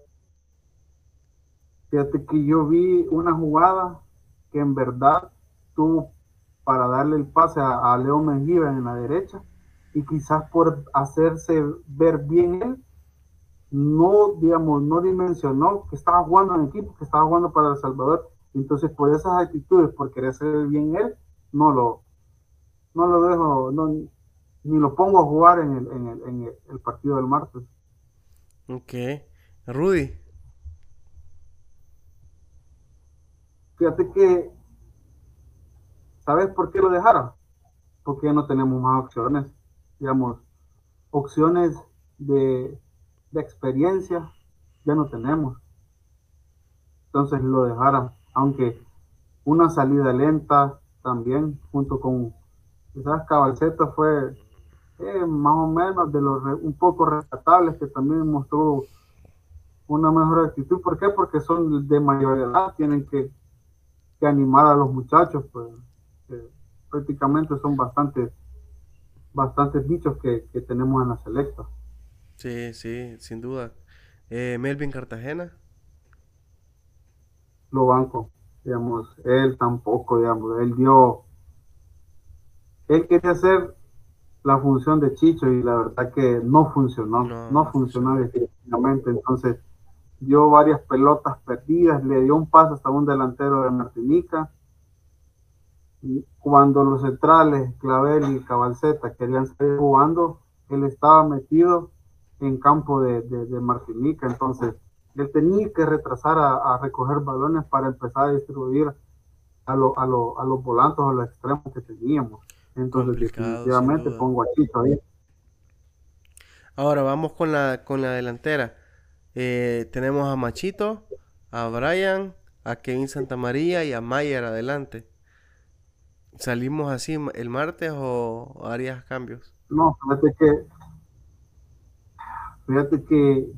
Fíjate que yo vi una jugada que en verdad tuvo para darle el pase a Leo Mengíbar en la derecha y quizás por hacerse ver bien él, no dimensionó que estaba jugando en equipo, que estaba jugando para El Salvador. Entonces por esas actitudes, por querer hacer bien él, no lo dejo, ni lo pongo a jugar en el partido del martes. Ok. Rudy. Fíjate que, ¿sabes por qué lo dejaron? Porque ya no tenemos más opciones, digamos, opciones de experiencia, ya no tenemos. Entonces lo dejaron, aunque una salida lenta también, junto con quizás Cabalceta fue más o menos de los un poco rescatables, que también mostró una mejor actitud. ¿Por qué? Porque son de mayor edad, tienen que animar a los muchachos, pues prácticamente son bastantes bichos que tenemos en la selecta. Sí, sin duda. Melvin Cartagena. Lo banco, digamos, él tampoco, digamos, él quería hacer la función de Chicho y la verdad que no funcionó, no funcionó definitivamente. Entonces dio varias pelotas perdidas, le dio un pase hasta un delantero de Martinica Cuando los centrales, Clavel y Cabalceta, querían seguir jugando, él estaba metido en campo de Martinica, entonces él tenía que retrasar a recoger balones para empezar a distribuir a los volantes o a los extremos que teníamos. Entonces Complicado, sin definitivamente duda. pongo a Chito ahí. Ahora vamos con la delantera. Tenemos a Machito, a Brian, a Kevin Santamaría y a Mayer adelante. ¿Salimos así el martes o harías cambios? No, fíjate que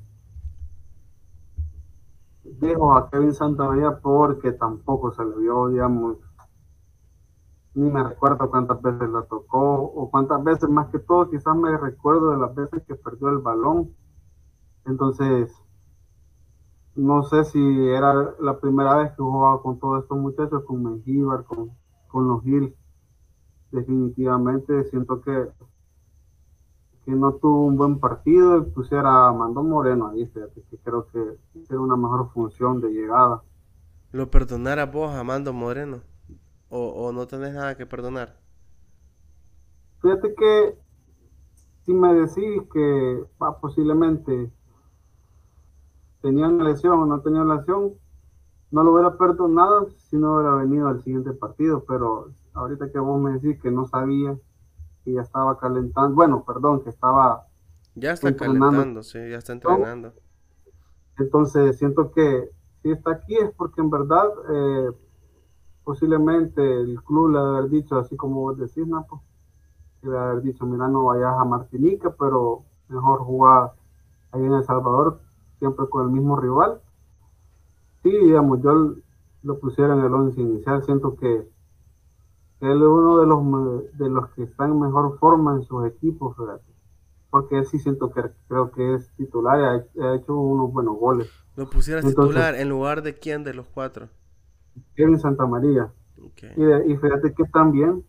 dejo a Kevin Santamaría porque tampoco se le vio, digamos, ni me recuerdo cuántas veces la tocó o cuántas veces, más que todo, quizás me recuerdo de las veces que perdió el balón. Entonces, no sé si era la primera vez que jugaba con todos estos muchachos, con Mengíbar, con los Hills. Definitivamente siento que no tuvo un buen partido y pusiera a Mando Moreno ahí, fíjate, que creo que era una mejor función de llegada. ¿Lo perdonarás vos, Amando Moreno? ¿O no tenés nada que perdonar? Fíjate que si me decís que posiblemente tenía una lesión o no tenía lesión, no lo hubiera perdonado si no hubiera venido al siguiente partido, pero ahorita que vos me decís que no sabía, que ya estaba calentando, bueno, perdón, que estaba Ya está entrenando, calentando, sí, ya está entrenando. entonces siento que si está aquí es porque en verdad posiblemente el club le debe haber dicho, así como vos decís, Napo, que le debe haber dicho, mira, no vayas a Martinica, pero mejor jugar ahí en El Salvador, siempre con el mismo rival. Sí, digamos, yo lo pusiera en el 11 inicial, siento que él es uno de los que está en mejor forma en sus equipos, fíjate, porque él sí siento que creo que es titular y ha hecho unos buenos goles. ¿Lo pusieras Entonces, titular en lugar de quién de los cuatro? Kevin Santamaría. Ok. Y fíjate que también,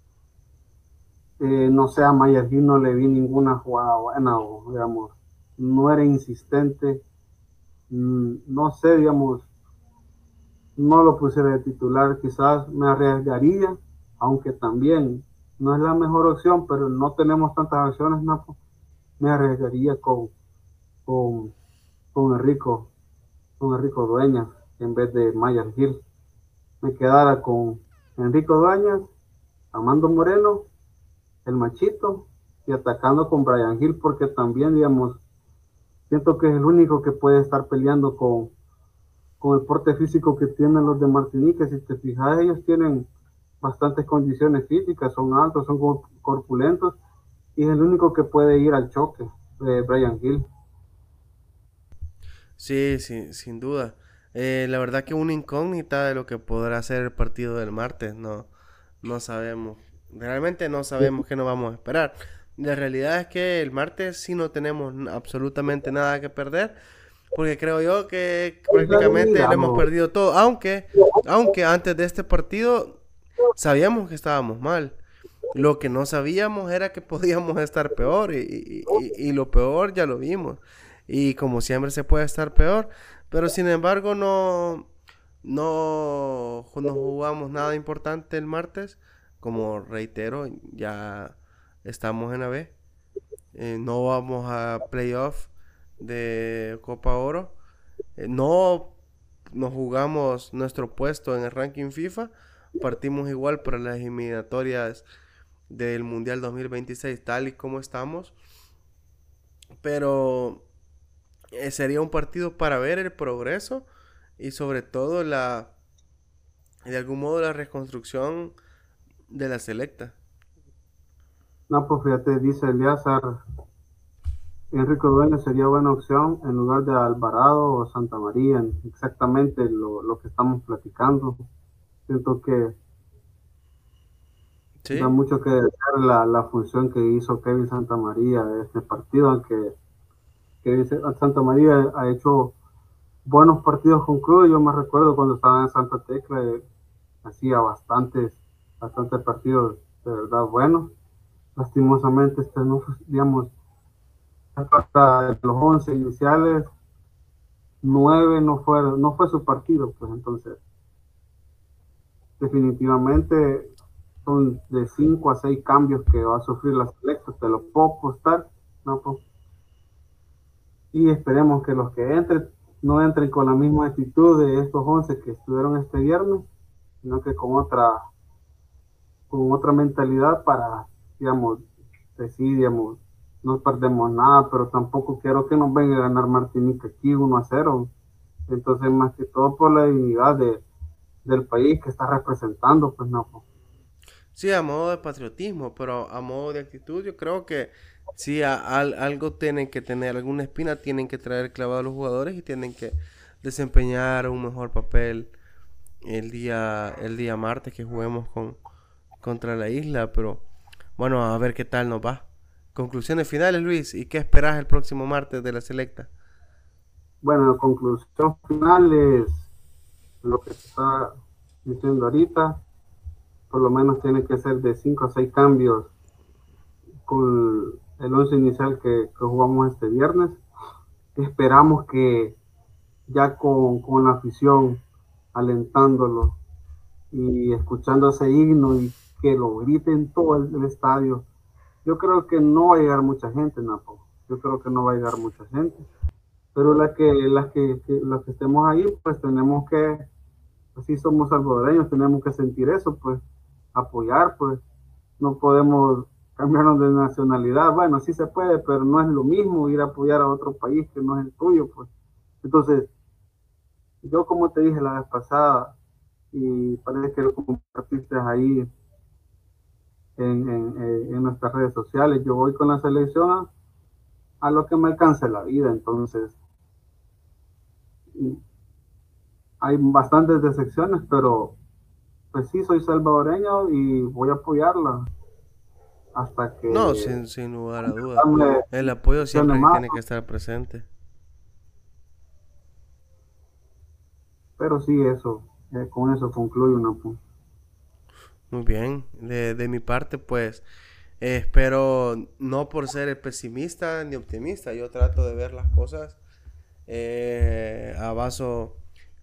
no sé, a Mayergin no le vi ninguna jugada buena, o digamos, no era insistente, no sé, digamos, no lo pusiera de titular, quizás me arriesgaría, aunque también no es la mejor opción, pero no tenemos tantas opciones, Napo, me arriesgaría con, con Enrico, con Enrico Dueñas en vez de Mayer Gil. Me quedara con Enrico Dueñas, Amando Moreno, el Machito y atacando con Brian Hill, porque también, digamos, siento que es el único que puede estar peleando con el porte físico que tienen los de Martinique. Si te fijas, ellos tienen bastantes condiciones físicas, son altos, son corpulentos, y es el único que puede ir al choque, Brian Hill. Sí, sí, sin duda. La verdad que una incógnita de lo que podrá ser el partido del martes, no sabemos. Realmente no sabemos qué nos vamos a esperar. La realidad es que el martes sí no tenemos absolutamente nada que perder, porque creo yo que prácticamente lo hemos perdido todo, aunque antes de este partido sabíamos que estábamos mal. Lo que no sabíamos era que podíamos estar peor y lo peor ya lo vimos. Y como siempre se puede estar peor, pero sin embargo no jugamos nada importante el martes. Como reitero, ya estamos en la B. No vamos a playoff de Copa Oro. No nos jugamos nuestro puesto en el ranking FIFA. Partimos igual para las eliminatorias del Mundial 2026 tal y como estamos. Pero sería un partido para ver el progreso y sobre todo de algún modo la reconstrucción de la selecta. No, pues fíjate, dice Eliazar, Enrico Dueñas sería buena opción en lugar de Alvarado o Santa María, exactamente lo que estamos platicando. Siento que ¿Sí? da mucho que decir la función que hizo Kevin Santa María en este partido, aunque Kevin Santa María ha hecho buenos partidos con Cruz. Yo me recuerdo cuando estaba en Santa Tecla, hacía bastantes partidos de verdad buenos. Lastimosamente, no, digamos, hasta los 11 iniciales, 9 no fue su partido, pues entonces, definitivamente son de 5 a 6 cambios que va a sufrir la selecta, te lo puedo apostar, ¿no? Pues, y esperemos que los que entren no entren con la misma actitud de estos 11 que estuvieron este viernes, sino que con otra mentalidad para, digamos, decir, digamos, no perdemos nada, pero tampoco quiero que nos venga a ganar Martinica aquí 1-0. Entonces, más que todo por la dignidad del país que está representando, pues no. Sí, a modo de patriotismo, pero a modo de actitud, yo creo que sí, algo tienen que tener, alguna espina tienen que traer clavado a los jugadores y tienen que desempeñar un mejor papel el día martes que juguemos contra la isla, pero bueno, a ver qué tal nos va. Conclusiones finales, Luis, ¿y qué esperas el próximo martes de la selecta? Bueno, la conclusión final es lo que se está diciendo ahorita. Por lo menos tiene que ser de 5 a 6 cambios con el 11 inicial que jugamos este viernes. Esperamos que ya con la afición alentándolo y escuchando ese himno y que lo griten todo el estadio, yo creo que no va a llegar mucha gente, Napo. Yo creo que no va a llegar mucha gente. Pero los que estemos ahí, pues tenemos que, así somos salvadoreños, tenemos que sentir eso, pues apoyar, pues no podemos cambiarnos de nacionalidad. Bueno, sí se puede, pero no es lo mismo ir a apoyar a otro país que no es el tuyo, pues. Entonces, yo como te dije la vez pasada, y parece que lo compartiste ahí en nuestras redes sociales, yo voy con la selección a lo que me alcance la vida. Entonces, hay bastantes decepciones, pero pues sí, soy salvadoreño y voy a apoyarla hasta que... No, sin lugar a dudas. El apoyo siempre tiene que estar presente. Pero sí, eso, con eso concluyo, ¿no? Muy bien, de mi parte, pues, espero, no por ser pesimista ni optimista, yo trato de ver las cosas a vaso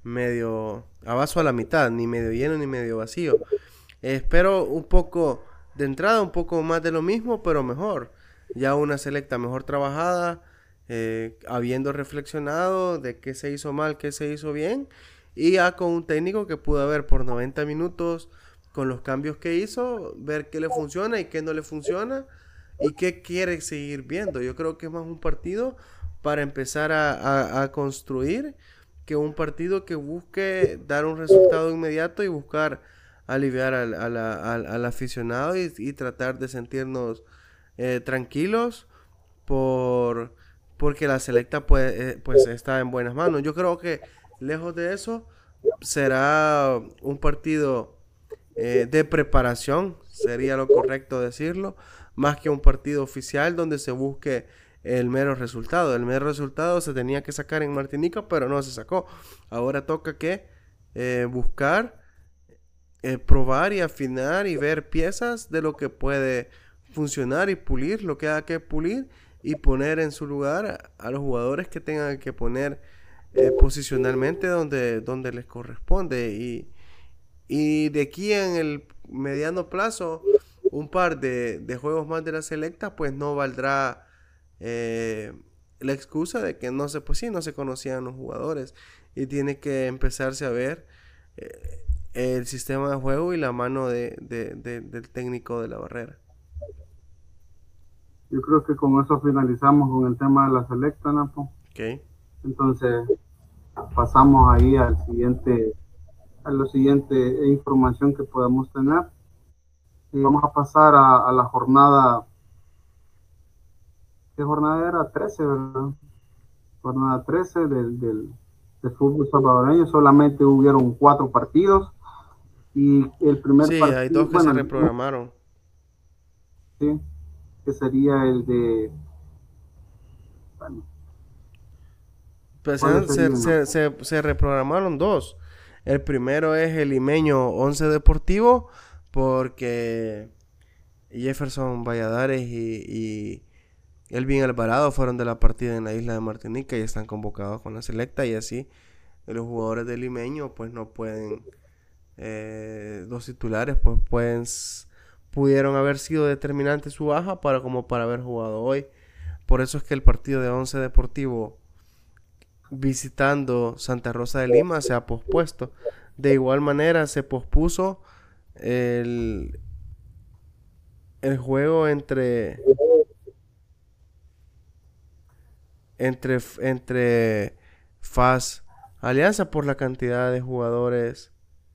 a la mitad, ni medio lleno ni medio vacío. Espero un poco de entrada, un poco más de lo mismo, pero mejor. Ya una selecta mejor trabajada, habiendo reflexionado de qué se hizo mal, qué se hizo bien, y ya con un técnico que pudo ver por 90 minutos con los cambios que hizo, ver qué le funciona y qué no le funciona y qué quiere seguir viendo. Yo creo que es más un partido para empezar a construir que un partido que busque dar un resultado inmediato y buscar aliviar al aficionado y tratar de sentirnos tranquilos porque la selecta pues está en buenas manos. Yo creo que lejos de eso será un partido de preparación, sería lo correcto decirlo, más que un partido oficial donde se busque el mero resultado. El mero resultado se tenía que sacar en Martinica, pero no se sacó. Ahora toca que buscar, probar y afinar y ver piezas de lo que puede funcionar y pulir lo que haya que pulir y poner en su lugar a los jugadores que tengan que poner posicionalmente donde les corresponde. Y de aquí en el mediano plazo, un par de juegos más de la selecta, pues no valdrá la excusa de que no se conocían los jugadores y tiene que empezarse a ver el sistema de juego y la mano del técnico de la barrera. Yo creo que con eso finalizamos con el tema de la selecta, Napo. Okay. Entonces pasamos ahí a la siguiente información que podemos tener y vamos a pasar a la jornada. ¿Qué jornada era? 13, ¿verdad? Jornada 13 del fútbol salvadoreño. Solamente hubieron 4 partidos y el primer partido... Sí, hay 2 que se reprogramaron. Sí, que sería el de... Bueno, pues se reprogramaron 2. El primero es el Limeño 11 Deportivo, porque Jefferson Valladares y Elvin Alvarado fueron de la partida en la isla de Martinica y están convocados con la selecta, y así los jugadores del Limeño pues no pueden, los titulares pues pueden pudieron haber sido determinantes su baja para haber jugado hoy. Por eso es que el partido de Once Deportivo visitando Santa Rosa de Lima se ha pospuesto. De igual manera se pospuso el juego entre FAS Alianza por la cantidad de jugadores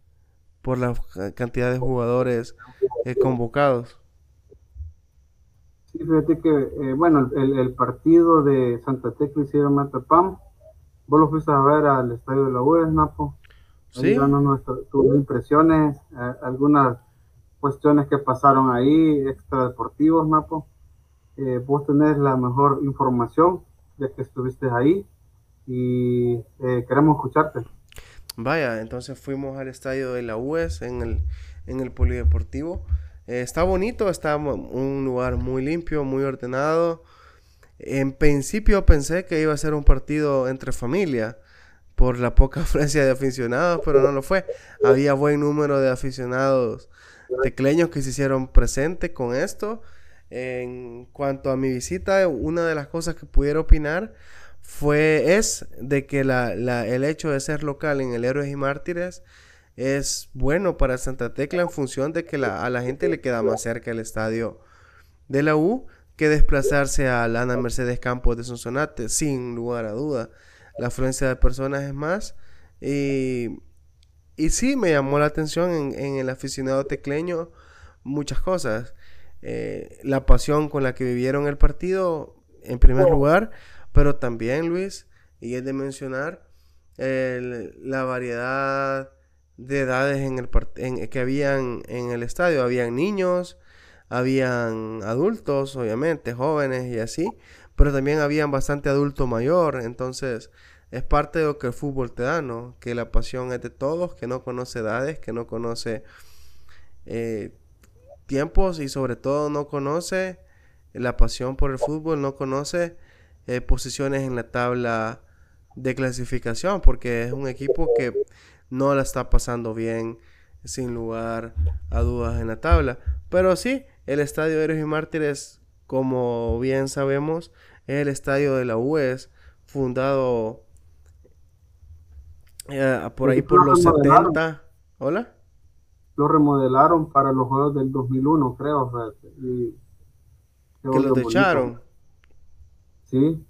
convocados. Sí, fíjate que, bueno, el partido de Santa Tecla hicieron Matapam. Vos lo fuiste a ver al estadio de la U, Napo. Sí. Tus impresiones, algunas cuestiones que pasaron ahí, extradeportivos, Napo. Vos tenés la mejor información ya que estuviste ahí y queremos escucharte. Vaya, entonces fuimos al estadio de la UES en el polideportivo. Está bonito, está un lugar muy limpio, muy ordenado. En principio pensé que iba a ser un partido entre familia por la poca afluencia de aficionados, pero no lo fue. Había buen número de aficionados tecleños que se hicieron presentes con esto. En cuanto a mi visita, una de las cosas que pudiera opinar es de que el hecho de ser local en el Héroes y Mártires es bueno para Santa Tecla en función de que a la gente le queda más cerca el estadio de la U que desplazarse a la Ana Mercedes Campos de Sonsonate, sin lugar a duda. La afluencia de personas es más y sí me llamó la atención en el aficionado tecleño muchas cosas. La pasión con la que vivieron el partido en primer lugar, pero también, Luis, y es de mencionar la variedad de edades que habían en el estadio. Habían niños, habían adultos, obviamente, jóvenes y así, pero también habían bastante adulto mayor. Entonces es parte de lo que el fútbol te da, ¿no? Que la pasión es de todos, que no conoce edades, que no conoce tiempos y sobre todo no conoce la pasión por el fútbol, no conoce posiciones en la tabla de clasificación, porque es un equipo que no la está pasando bien, sin lugar a dudas, en la tabla. Pero sí, el estadio Héroes y Mártires, como bien sabemos, es el estadio de la UES, fundado por ahí por los 70. ¿Hola? Lo remodelaron para los juegos del 2001, creo. Que los echaron. Sí.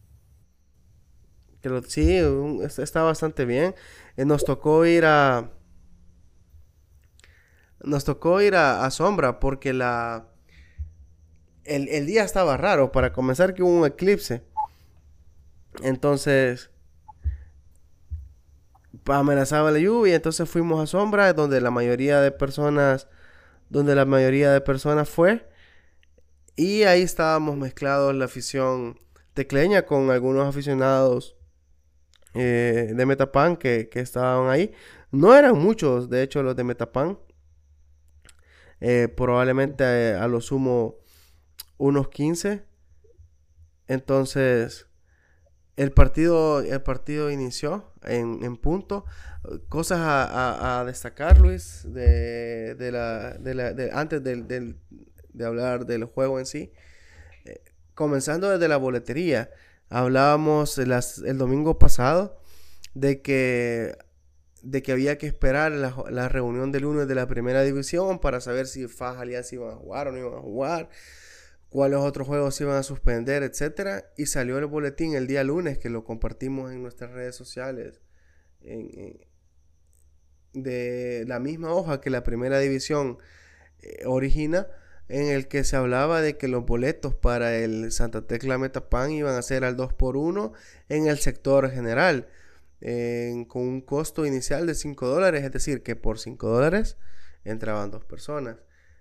Sí, está bastante bien. Nos tocó ir a Sombra porque el día estaba raro. Para comenzar, que hubo un eclipse. Entonces amenazaba la lluvia. Entonces fuimos a Sombra, donde la mayoría de personas fue. Y ahí estábamos mezclados la afición tecleña con algunos aficionados de Metapan que estaban ahí. No eran muchos, de hecho, los de Metapan. Probablemente a lo sumo unos 15. Entonces el partido inició en punto. Cosas a destacar, Luis, antes de hablar del juego en sí. Comenzando desde la boletería. Hablábamos el domingo pasado de que había que esperar la reunión del lunes de la primera división para saber si FAS Alianza iban a jugar o no iban a jugar, cuáles otros juegos se iban a suspender, etcétera. Y salió el boletín el día lunes, que lo compartimos en nuestras redes sociales, de la misma hoja que la primera división origina, en el que se hablaba de que los boletos para el Santa Tecla Metapan iban a ser al 2x1 en el sector general, con un costo inicial de $5, es decir, que por $5 entraban 2 personas.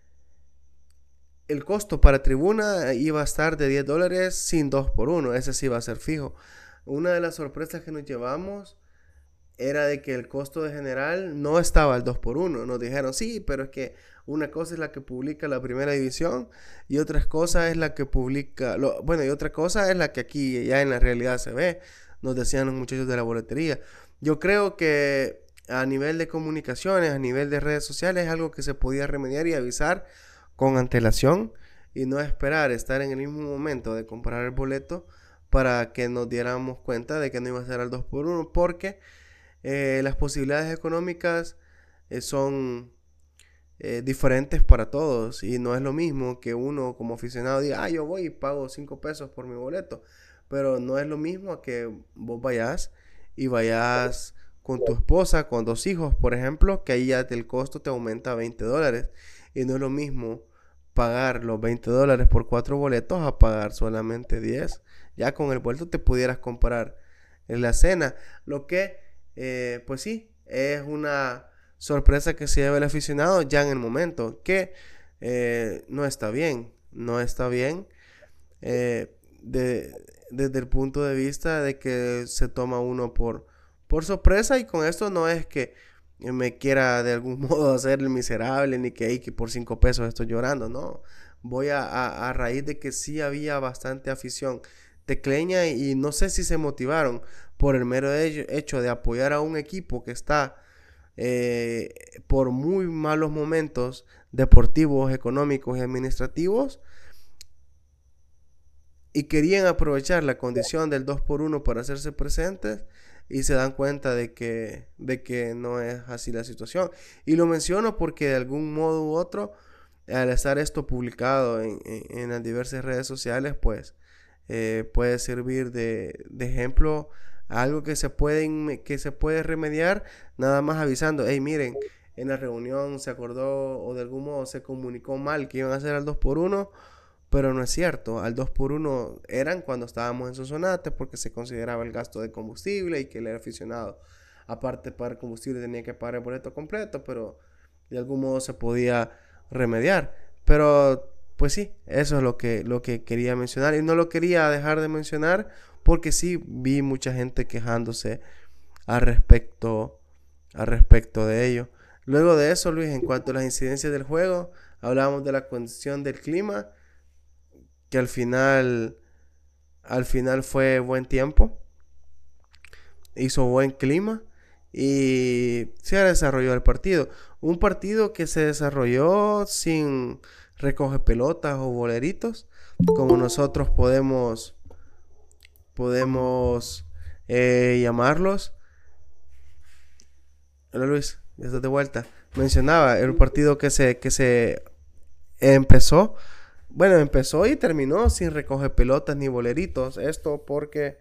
El costo para tribuna iba a estar de $10 sin 2x1, ese sí iba a ser fijo. Una de las sorpresas que nos llevamos era de que el costo de general no estaba al 2x1. Nos dijeron, sí, pero es que una cosa es la que publica la primera división y otra cosa es la que publica, y otra cosa es la que aquí ya en la realidad se ve, nos decían los muchachos de la boletería. Yo creo que a nivel de comunicaciones, a nivel de redes sociales, es algo que se podía remediar y avisar con antelación y no esperar estar en el mismo momento de comprar el boleto para que nos diéramos cuenta de que no iba a ser al 2x1, porque las posibilidades económicas son diferentes para todos, y no es lo mismo que uno como aficionado diga, yo voy y pago 5 pesos por mi boleto, pero no es lo mismo que vos vayas con tu esposa, con 2 hijos, por ejemplo, que ahí ya el costo te aumenta a $20, y no es lo mismo pagar los $20 por 4 boletos a pagar solamente 10. Ya con el vuelto te pudieras comprar en la cena, lo que pues sí, es una sorpresa que se lleva el aficionado ya en el momento, que no está bien, desde el punto de vista de que se toma uno por sorpresa. Y con esto no es que me quiera de algún modo hacer el miserable, ni que por 5 pesos estoy llorando, no. Voy a raíz de que sí había bastante afición tecleña, y no sé si se motivaron por el mero hecho de apoyar a un equipo que está por muy malos momentos deportivos, económicos y administrativos, y querían aprovechar la condición del 2x1 para hacerse presentes, y se dan cuenta de que no es así la situación. Y lo menciono porque de algún modo u otro, al estar esto publicado en las diversas redes sociales, pues puede servir de ejemplo a algo que se puede remediar, nada más avisando, miren, en la reunión se acordó o de algún modo se comunicó mal que iban a hacer al 2x1, pero no es cierto. Al 2x1 eran cuando estábamos en Sonsonate, porque se consideraba el gasto de combustible y que el aficionado, aparte de pagar combustible, tenía que pagar el boleto completo, pero de algún modo se podía remediar. Pero pues sí, eso es lo que quería mencionar, y no lo quería dejar de mencionar porque sí vi mucha gente quejándose al respecto de ello. Luego de eso, Luis, en cuanto a las incidencias del juego, hablábamos de la condición del clima, que al final fue buen tiempo, hizo buen clima y se desarrolló el partido. Un partido que se desarrolló sin recoge pelotas o boleritos, como nosotros podemos llamarlos. Hola Luis, ya estás de vuelta. Mencionaba el partido que se empezó y terminó sin recoge pelotas ni boleritos. Esto porque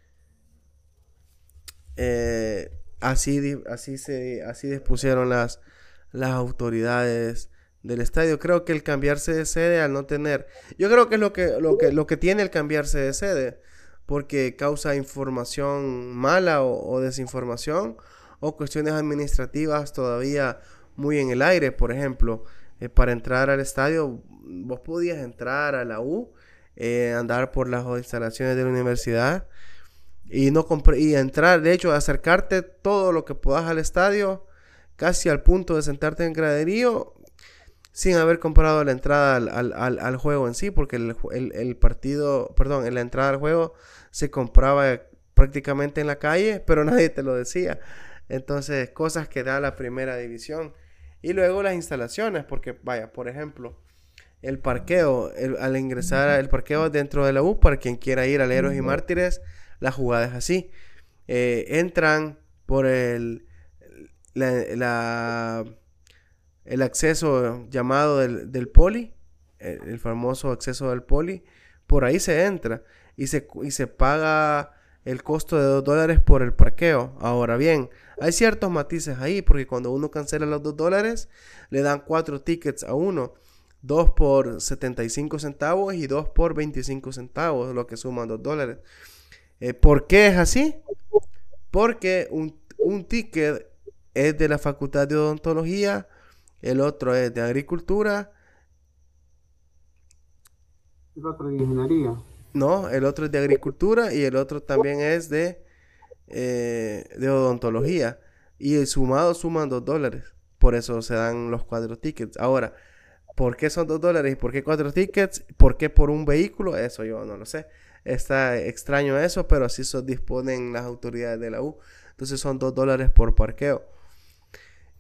así dispusieron las autoridades del estadio. Creo que el cambiarse de sede, al no tener, yo creo que es lo que tiene el cambiarse de sede, porque causa información mala o desinformación, o cuestiones administrativas todavía muy en el aire. Por ejemplo, para entrar al estadio, vos podías entrar a la U, andar por las instalaciones de la universidad y entrar, de hecho, acercarte todo lo que puedas al estadio, casi al punto de sentarte en el graderío, sin haber comprado la entrada al juego en sí, porque el partido, perdón, en la entrada al juego se compraba prácticamente en la calle, pero nadie te lo decía. Entonces, cosas que da la primera división. Y luego las instalaciones, porque vaya, por ejemplo, el parqueo, al ingresar al parqueo dentro de la U, para quien quiera ir al Héroes y Mártires, la jugada es así. Entran por el acceso llamado del Poli, el famoso acceso del Poli. Por ahí se entra y se paga el costo de $2 por el parqueo. Ahora bien, hay ciertos matices ahí, porque cuando uno cancela los $2, le dan 4 tickets a uno, 2 por 75 centavos y 2 por 25 centavos, lo que suman $2. ¿Por qué es así? Porque un ticket es de la Facultad de Odontología, el otro es de Agricultura. El otro de Ingeniería. No, el otro es de Agricultura y el otro también es de Odontología. Y suman $2. Por eso se dan los 4 tickets. Ahora, ¿por qué son $2 y por qué 4 tickets? ¿Por qué por un vehículo? Eso yo no lo sé. Está extraño eso, pero así se disponen las autoridades de la U. Entonces son $2 por parqueo.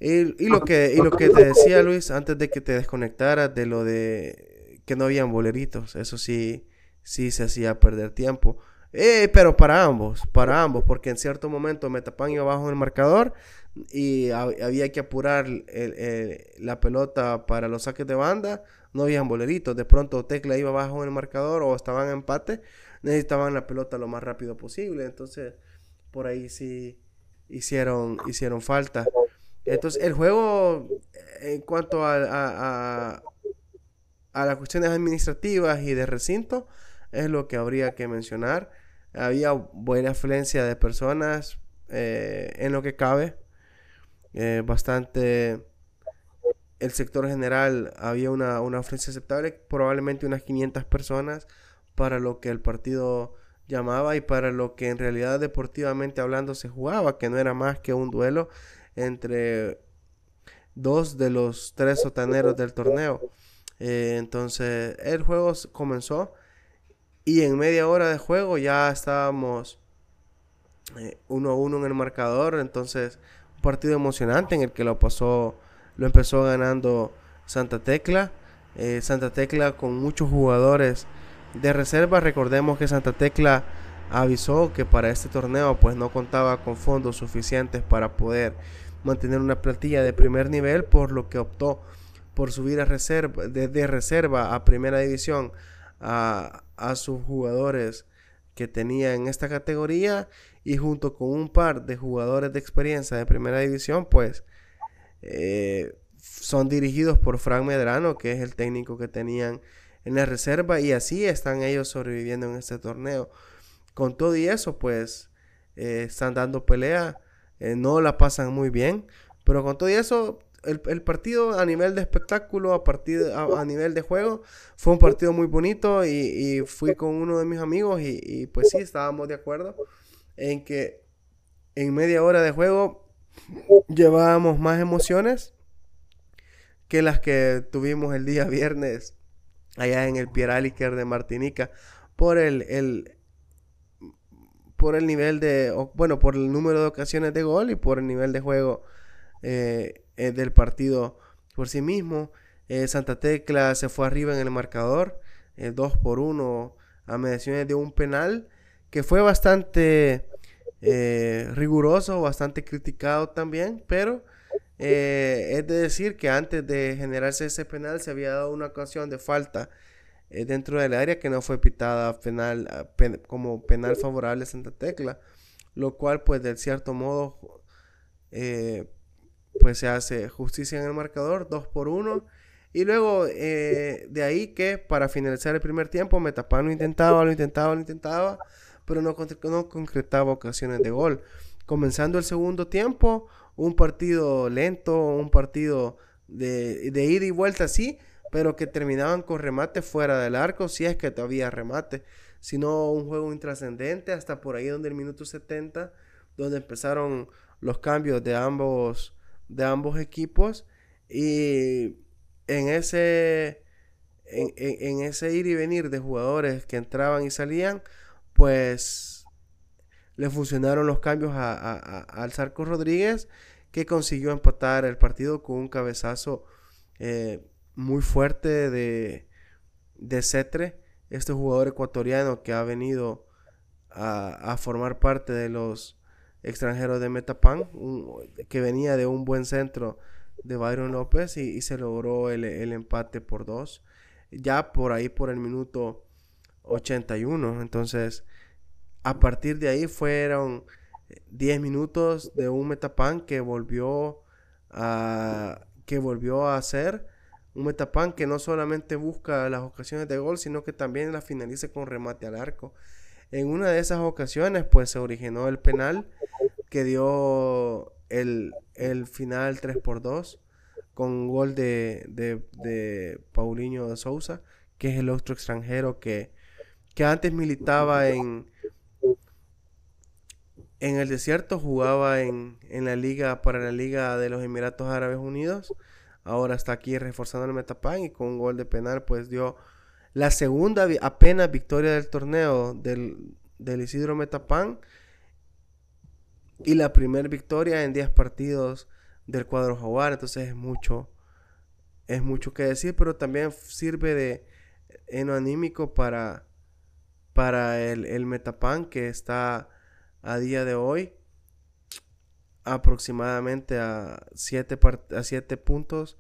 Y lo que te decía, Luis, antes de que te desconectaras de lo de que no habían boleritos, eso sí se hacía perder tiempo. Pero para ambos, porque en cierto momento Metapan iba abajo en el marcador y había que apurar la pelota para los saques de banda, no habían boleritos. De pronto Tecla iba abajo en el marcador o estaban en empate, necesitaban la pelota lo más rápido posible. Entonces, por ahí sí hicieron falta. Entonces, el juego, en cuanto a las cuestiones administrativas y de recinto, es lo que habría que mencionar. Había buena afluencia de personas, en lo que cabe. Bastante. El sector general había una afluencia aceptable, probablemente unas 500 personas para lo que el partido llamaba y para lo que en realidad deportivamente hablando se jugaba, que no era más que un duelo entre dos de los tres sotaneros del torneo. Entonces el juego comenzó y en media hora de juego ya estábamos 1-1 en el marcador. Entonces un partido emocionante en el que lo empezó ganando Santa Tecla. Santa Tecla con muchos jugadores de reserva. Recordemos que Santa Tecla avisó que para este torneo pues no contaba con fondos suficientes para poder mantener una plantilla de primer nivel, por lo que optó por subir de reserva a primera división a sus jugadores que tenía en esta categoría, y junto con un par de jugadores de experiencia de primera división pues son dirigidos por Frank Medrano, que es el técnico que tenían en la reserva, y así están ellos sobreviviendo en este torneo. Con todo y eso pues están dando pelea, no la pasan muy bien, pero con todo y eso el partido a nivel de espectáculo, a nivel de juego, fue un partido muy bonito, y fui con uno de mis amigos y pues sí, estábamos de acuerdo en que en media hora de juego llevábamos más emociones que las que tuvimos el día viernes allá en el Pierre Aliker de Martinica, por el nivel por el número de ocasiones de gol y por el nivel de juego del partido por sí mismo. Santa Tecla se fue arriba en el marcador, 2-1 a mediaciones de un penal que fue bastante riguroso, bastante criticado también, pero es de decir que antes de generarse ese penal se había dado una ocasión de falta dentro del área que no fue pitada como penal favorable a Santa Tecla, lo cual pues de cierto modo pues se hace justicia en el marcador, 2-1. Y luego de ahí que para finalizar el primer tiempo Metapan lo intentaba, pero no concretaba ocasiones de gol. Comenzando el segundo tiempo, un partido lento, un partido de ida y vuelta, sí, pero que terminaban con remate fuera del arco, si es que todavía remate, sino un juego intrascendente hasta por ahí donde el minuto 70, donde empezaron los cambios de ambos equipos, y en ese ir y venir de jugadores que entraban y salían, pues le funcionaron los cambios al Zarco Rodríguez, que consiguió empatar el partido con un cabezazo muy fuerte de Cetre, este jugador ecuatoriano que ha venido a formar parte de los extranjeros de Metapan, que venía de un buen centro de Byron López, y se logró el empate por 2 ya por ahí por el minuto 81. Entonces a partir de ahí fueron 10 minutos de un Metapan que volvió a ser un Metapan que no solamente busca las ocasiones de gol, sino que también las finaliza con remate al arco. En una de esas ocasiones pues se originó el penal que dio el final 3-2 con gol de Paulinho de Souza, que es el otro extranjero que antes militaba en el desierto, jugaba en la liga, para la Liga de los Emiratos Árabes Unidos. Ahora está aquí reforzando el Metapan, y con un gol de penal pues dio la segunda apenas victoria del torneo del Isidro Metapan, y la primera victoria en 10 partidos del cuadro jaguar, entonces es mucho que decir, pero también sirve de eno anímico para el Metapan, que está a día de hoy aproximadamente a 7 puntos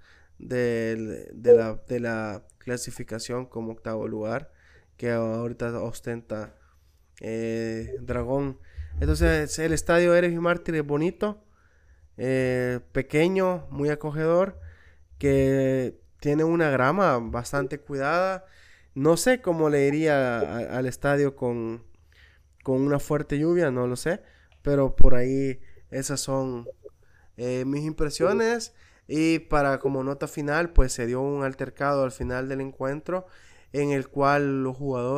de la clasificación como octavo lugar, que ahorita ostenta Dragón. Entonces el estadio Héroes y Mártires es bonito, pequeño, muy acogedor, que tiene una grama bastante cuidada. No sé cómo le iría al estadio con una fuerte lluvia, no lo sé, pero por ahí esas son mis impresiones. Y para como nota final, pues se dio un altercado al final del encuentro en el cual los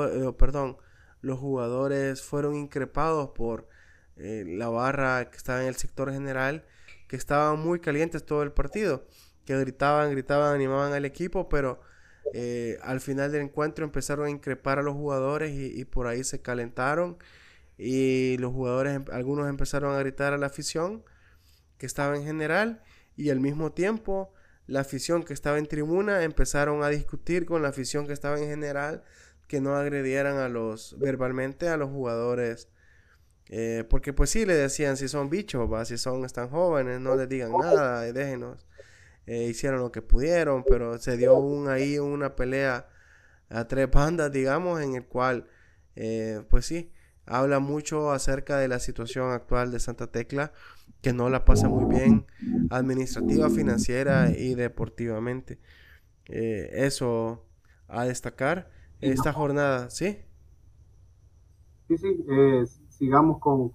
jugadores fueron increpados por la barra que estaba en el sector general, que estaban muy calientes todo el partido, que gritaban, animaban al equipo, pero al final del encuentro empezaron a increpar a los jugadores y por ahí se calentaron, y los jugadores, algunos empezaron a gritar a la afición que estaba en general, y al mismo tiempo la afición que estaba en tribuna empezaron a discutir con la afición que estaba en general, que no agredieran verbalmente a los jugadores, porque pues sí le decían, si son bichos, si están jóvenes, no les digan nada, déjenos. Hicieron lo que pudieron, pero se dio ahí una pelea a 3 bandas, digamos, en el cual pues sí, habla mucho acerca de la situación actual de Santa Tecla, que no la pasa muy bien administrativa, financiera y deportivamente. Eso a destacar esta jornada, ¿sí? Sí, sigamos con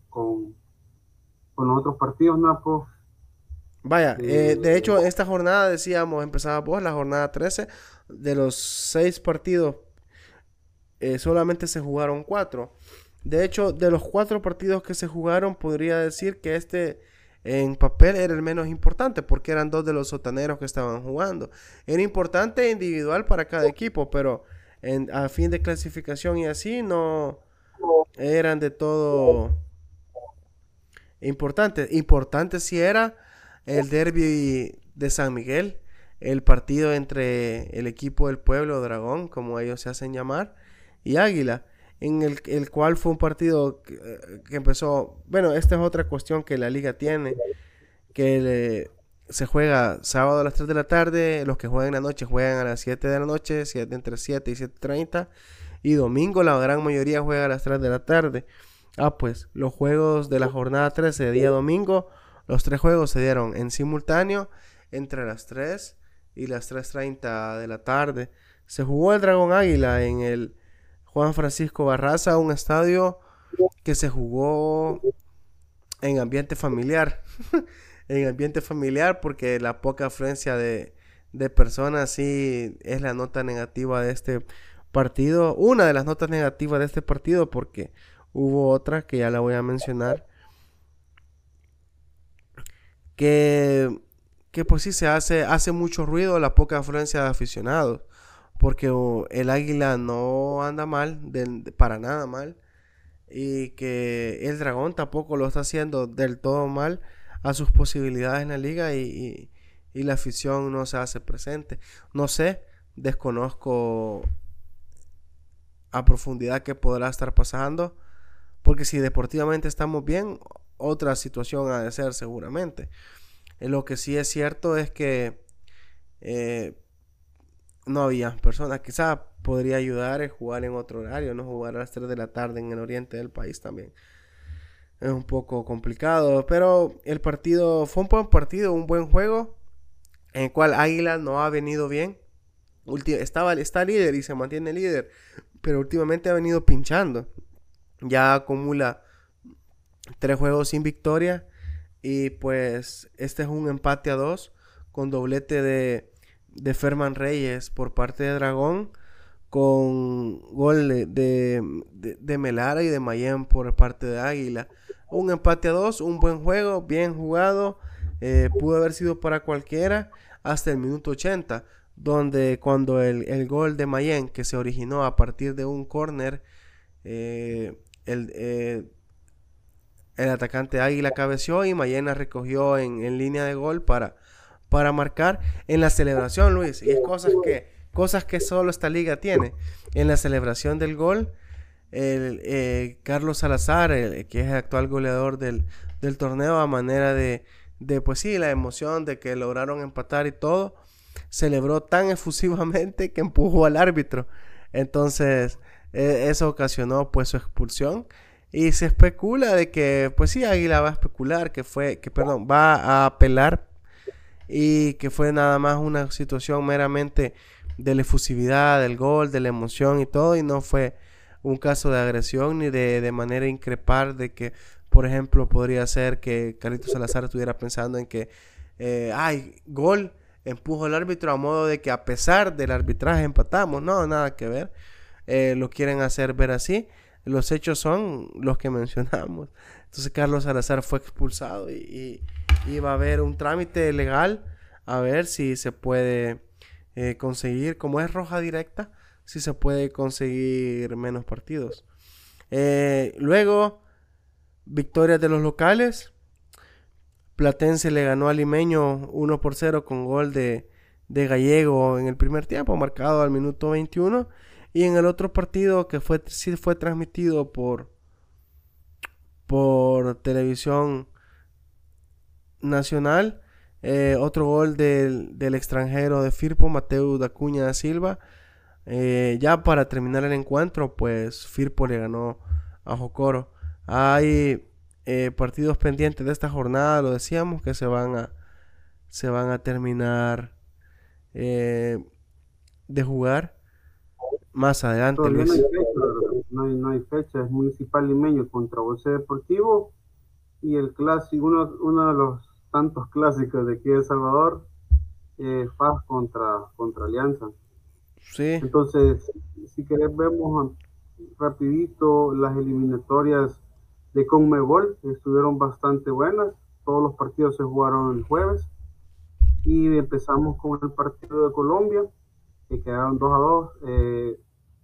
los otros partidos, Napo. Vaya, de hecho, esta jornada, decíamos, empezaba vos, la jornada 13, de los 6 partidos, solamente se jugaron 4. De hecho, de los 4 partidos que se jugaron, podría decir que este en papel era el menos importante, porque eran 2 de los sotaneros que estaban jugando. Era importante individual para cada equipo, pero a fin de clasificación y así no eran de todo importantes. Importante sí era el derbi de San Miguel, el partido entre el equipo del pueblo, Dragón, como ellos se hacen llamar, y Águila, en el cual fue un partido que empezó, bueno, esta es otra cuestión que la liga tiene, que se juega sábado a las 3 de la tarde, los que juegan en la noche juegan a las 7 de la noche, entre 7 y 7:30, y domingo la gran mayoría juega a las 3 de la tarde. Pues los juegos de la jornada 13 de día domingo, los 3 juegos se dieron en simultáneo entre las 3 y las 3:30 de la tarde. Se jugó el Dragón Águila en el Juan Francisco Barraza, un estadio que se jugó en ambiente familiar. En ambiente familiar, porque la poca afluencia de personas sí es la nota negativa de este partido. Una de las notas negativas de este partido, porque hubo otra que ya la voy a mencionar, que pues sí se hace mucho ruido la poca afluencia de aficionados, porque el Águila no anda mal, para nada mal, y que el Dragón tampoco lo está haciendo del todo mal a sus posibilidades en la liga, y la afición no se hace presente. No sé, desconozco a profundidad qué podrá estar pasando, porque si deportivamente estamos bien, otra situación ha de ser seguramente. Lo que sí es cierto es que no había personas. Quizá podría ayudar jugar en otro horario, no jugar a las 3 de la tarde en el oriente del país también. Es un poco complicado, pero el partido fue un buen partido, un buen juego, en el cual Águila no ha venido bien. Está líder y se mantiene líder, pero últimamente ha venido pinchando. Ya acumula 3 juegos sin victoria, y pues este es un empate a 2 con doblete de Ferman Reyes por parte de Dragón, con gol de Melara y de Mayén por parte de Águila. Un empate a 2, un buen juego, bien jugado, pudo haber sido para cualquiera hasta el minuto 80, donde cuando el gol de Mayén, que se originó a partir de un córner, el atacante Águila cabeció y Mayena recogió en línea de gol para marcar en la celebración, Luis. Y es cosas que solo esta liga tiene. En la celebración del gol, Carlos Salazar, que es el actual goleador del torneo, a manera de pues sí, la emoción de que lograron empatar y todo, celebró tan efusivamente que empujó al árbitro. Entonces eso ocasionó pues su expulsión, y se especula de que pues sí, Águila va a especular va a apelar, y que fue nada más una situación meramente de la efusividad del gol, de la emoción y todo, y no fue un caso de agresión ni de manera increpar de que, por ejemplo, podría ser que Carlitos Salazar estuviera pensando en que gol, empujo al árbitro a modo de que a pesar del arbitraje empatamos. No, nada que ver. Lo quieren hacer ver así. Los hechos son los que mencionamos. Entonces Carlos Salazar fue expulsado y va a haber un trámite legal a ver si se puede conseguir, como es roja directa, si se puede conseguir menos partidos. Luego, victorias de los locales. Platense le ganó a Limeño 1-0 con gol de Gallego en el primer tiempo, marcado al minuto 21. Y en el otro partido, que sí fue transmitido por televisión nacional, otro gol del extranjero de Firpo, Mateo Dacuña da Silva. Ya para terminar el encuentro, pues Firpo le ganó a Jocoro. Hay partidos pendientes de esta jornada, lo decíamos, que se van a terminar de jugar más adelante. Todavía no hay fecha, no hay fecha. Es Municipal Limeño contra Bolsa Deportivo, y el clásico, uno de los tantos clásicos de aquí de El Salvador, FAS contra Alianza. Sí. Entonces, si querés, vemos rapidito las eliminatorias de CONMEBOL, que estuvieron bastante buenas. Todos los partidos se jugaron el jueves, y empezamos con el partido de Colombia, que quedaron 2-2,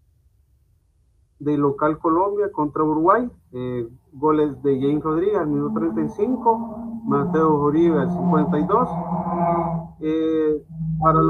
de local Colombia contra Uruguay. Goles de James Rodríguez al minuto 35, Mateo Uribe al 52. Para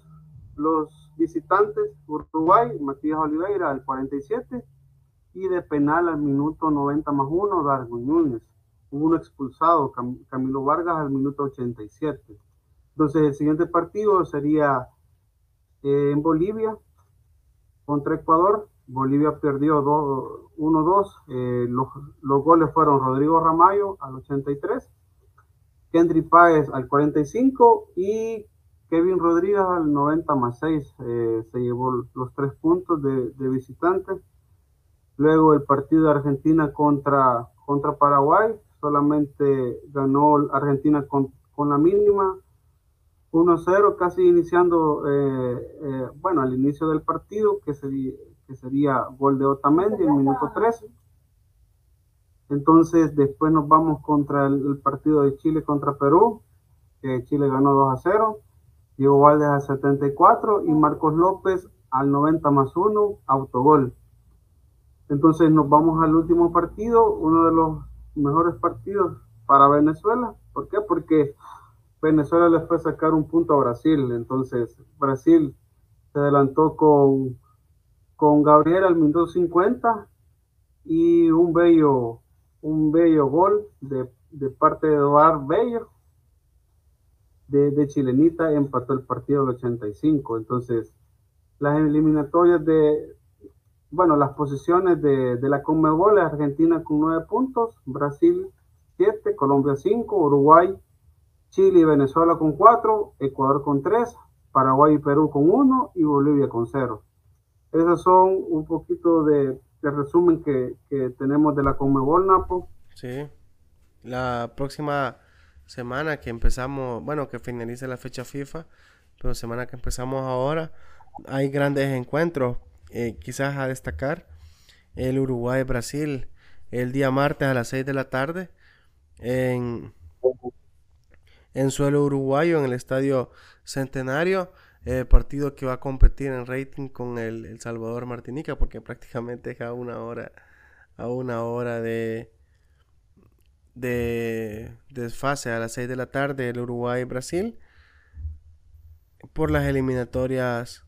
los visitantes, Uruguay, Matías Oliveira al 47, y de penal al minuto 90+1, Darwin Núñez. Hubo un expulsado, Camilo Vargas, al minuto 87. Entonces el siguiente partido sería en Bolivia contra Ecuador. Bolivia perdió 1-2. Los goles fueron Rodrigo Ramallo al 83, Kendry Páez al 45 y Kevin Rodríguez al 90+6. Se llevó los 3 puntos de visitante. Luego el partido de Argentina contra Paraguay, solamente ganó Argentina con la mínima, 1-0, casi iniciando, al inicio del partido, que sería gol de Otamendi en el minuto 13. Entonces después nos vamos contra el partido de Chile contra Perú, que Chile ganó 2-0, Diego Valdés al 74 y Marcos López al 90+1, autogol. Entonces nos vamos al último partido, uno de los mejores partidos para Venezuela. ¿Por qué? Porque Venezuela le fue a sacar un punto a Brasil. Entonces Brasil se adelantó con Gabriel al minuto 50, y un bello gol de parte de Eduard Bello de Chilenita empató el partido al 85. Entonces las eliminatorias las posiciones de la CONMEBOL: Argentina con 9 puntos, Brasil 7, Colombia 5, Uruguay, Chile y Venezuela con 4, Ecuador con 3, Paraguay y Perú con 1 y Bolivia con 0. Esos son un poquito de resumen que tenemos de la CONMEBOL, Napo. Sí, la próxima semana que empezamos, que finalice la fecha FIFA, pero semana que empezamos ahora, hay grandes encuentros. Quizás a destacar el Uruguay-Brasil el día martes a las 6 de la tarde en suelo uruguayo, en el Estadio Centenario. Partido que va a competir en rating con el Salvador Martinica, porque prácticamente es a una hora de desfase a las 6 de la tarde el Uruguay y Brasil por las eliminatorias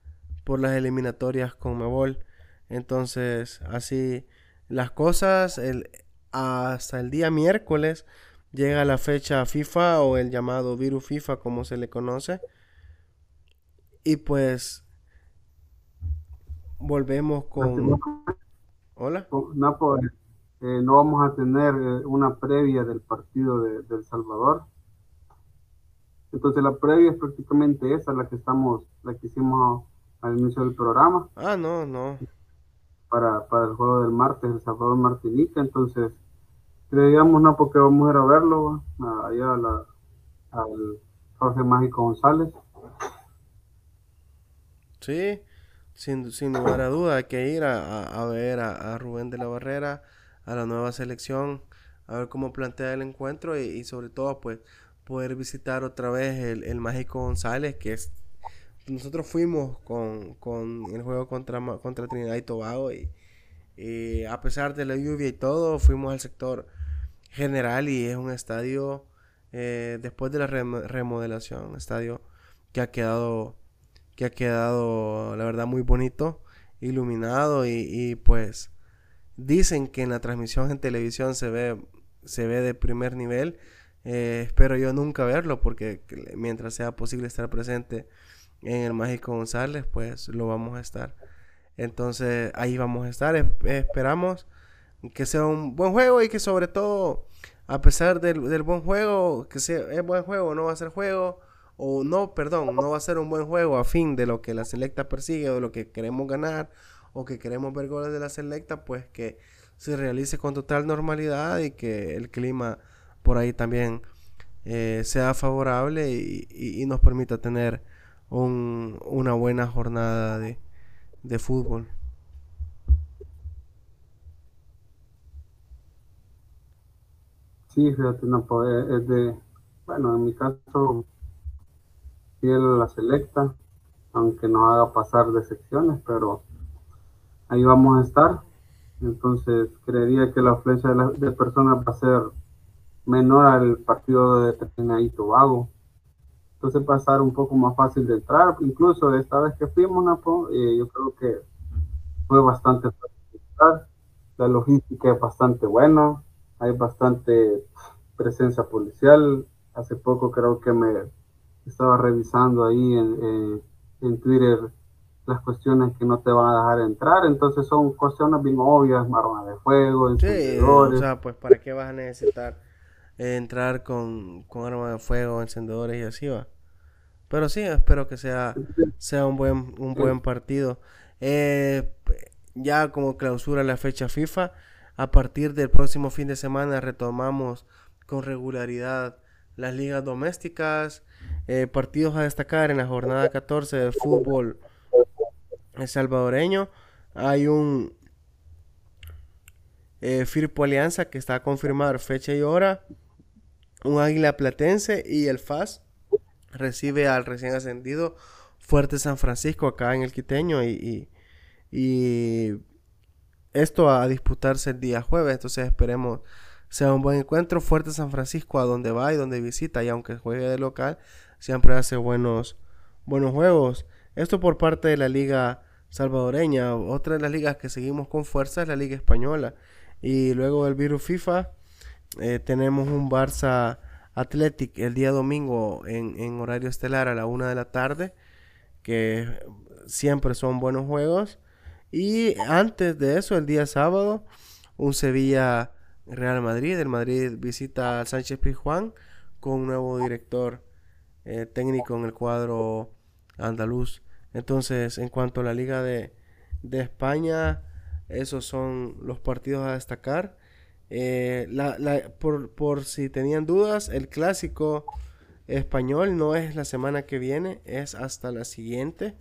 Conmebol. Entonces, así las cosas, hasta el día miércoles llega la fecha FIFA o el llamado virus FIFA como se le conoce. Y pues volvemos con... Hola. No, pues, no vamos a tener una previa del partido de El Salvador. Entonces la previa es prácticamente esa, la que hicimos al inicio del programa. No. Para el juego del martes, El Salvador Martinica. Entonces creíamos, no, porque vamos a ir a verlo allá al Jorge Mágico González. Sí, sin lugar a duda hay que ir a ver a Rubén de la Barrera, a la nueva selección, a ver cómo plantea el encuentro y sobre todo pues poder visitar otra vez el Mágico González, nosotros fuimos con el juego contra Trinidad y Tobago y a pesar de la lluvia y todo, fuimos al sector general y es un estadio, después de la remodelación, un estadio que ha quedado la verdad muy bonito, iluminado y pues dicen que en la transmisión en televisión se ve de primer nivel. Espero yo nunca verlo porque mientras sea posible estar presente en el Mágico González, pues lo vamos a estar. Entonces ahí vamos a estar. Esperamos que sea un buen juego y que sobre todo, a pesar del buen juego, que sea es buen juego, no va a ser juego, o no, perdón, no va a ser un buen juego a fin de lo que la selecta persigue o de lo que queremos ganar o que queremos ver goles de la selecta, pues que se realice con total normalidad y que el clima por ahí también sea favorable y nos permita tener una buena jornada de fútbol. Sí, fíjate, no, pues, bueno, en mi caso, fiel a la selecta, aunque nos haga pasar de secciones, pero ahí vamos a estar. Entonces, creería que la afluencia de personas va a ser menor al partido de Trinidad y Tobago. Entonces va a estar un poco más fácil de entrar. Incluso esta vez que fuimos, Napo, yo creo que fue bastante fácil de entrar. La logística es bastante buena. Hay bastante presencia policial. Hace poco creo que me estaba revisando ahí en Twitter las cuestiones que no te van a dejar entrar. Entonces son cuestiones bien obvias, armas de fuego, encendedores. Sí, o sea, pues ¿para qué vas a necesitar entrar con armas de fuego, encendedores y así va? Pero sí, espero que sea un buen partido. Ya como clausura la fecha FIFA, a partir del próximo fin de semana retomamos con regularidad las ligas domésticas, partidos a destacar en la jornada 14 del fútbol salvadoreño. Hay un Firpo Alianza que está a confirmar fecha y hora, un Águila Platense y el FAS recibe al recién ascendido Fuerte San Francisco acá en el Quiteño y esto a disputarse el día jueves. Entonces esperemos sea un buen encuentro. Fuerte San Francisco a donde va y donde visita, y aunque juegue de local siempre hace buenos juegos. Esto por parte de la liga salvadoreña. Otra de las ligas que seguimos con fuerza es la liga española, y luego del virus FIFA tenemos un Barça Athletic el día domingo en horario estelar a la 1 de la tarde, que siempre son buenos juegos. Y antes de eso, el día sábado, un Sevilla Real Madrid. El Madrid visita al Sánchez Pizjuán con un nuevo director técnico en el cuadro andaluz. Entonces, en cuanto a la liga de España, esos son los partidos a destacar. Por si tenían dudas, el clásico español no es la semana que viene, es hasta la siguiente,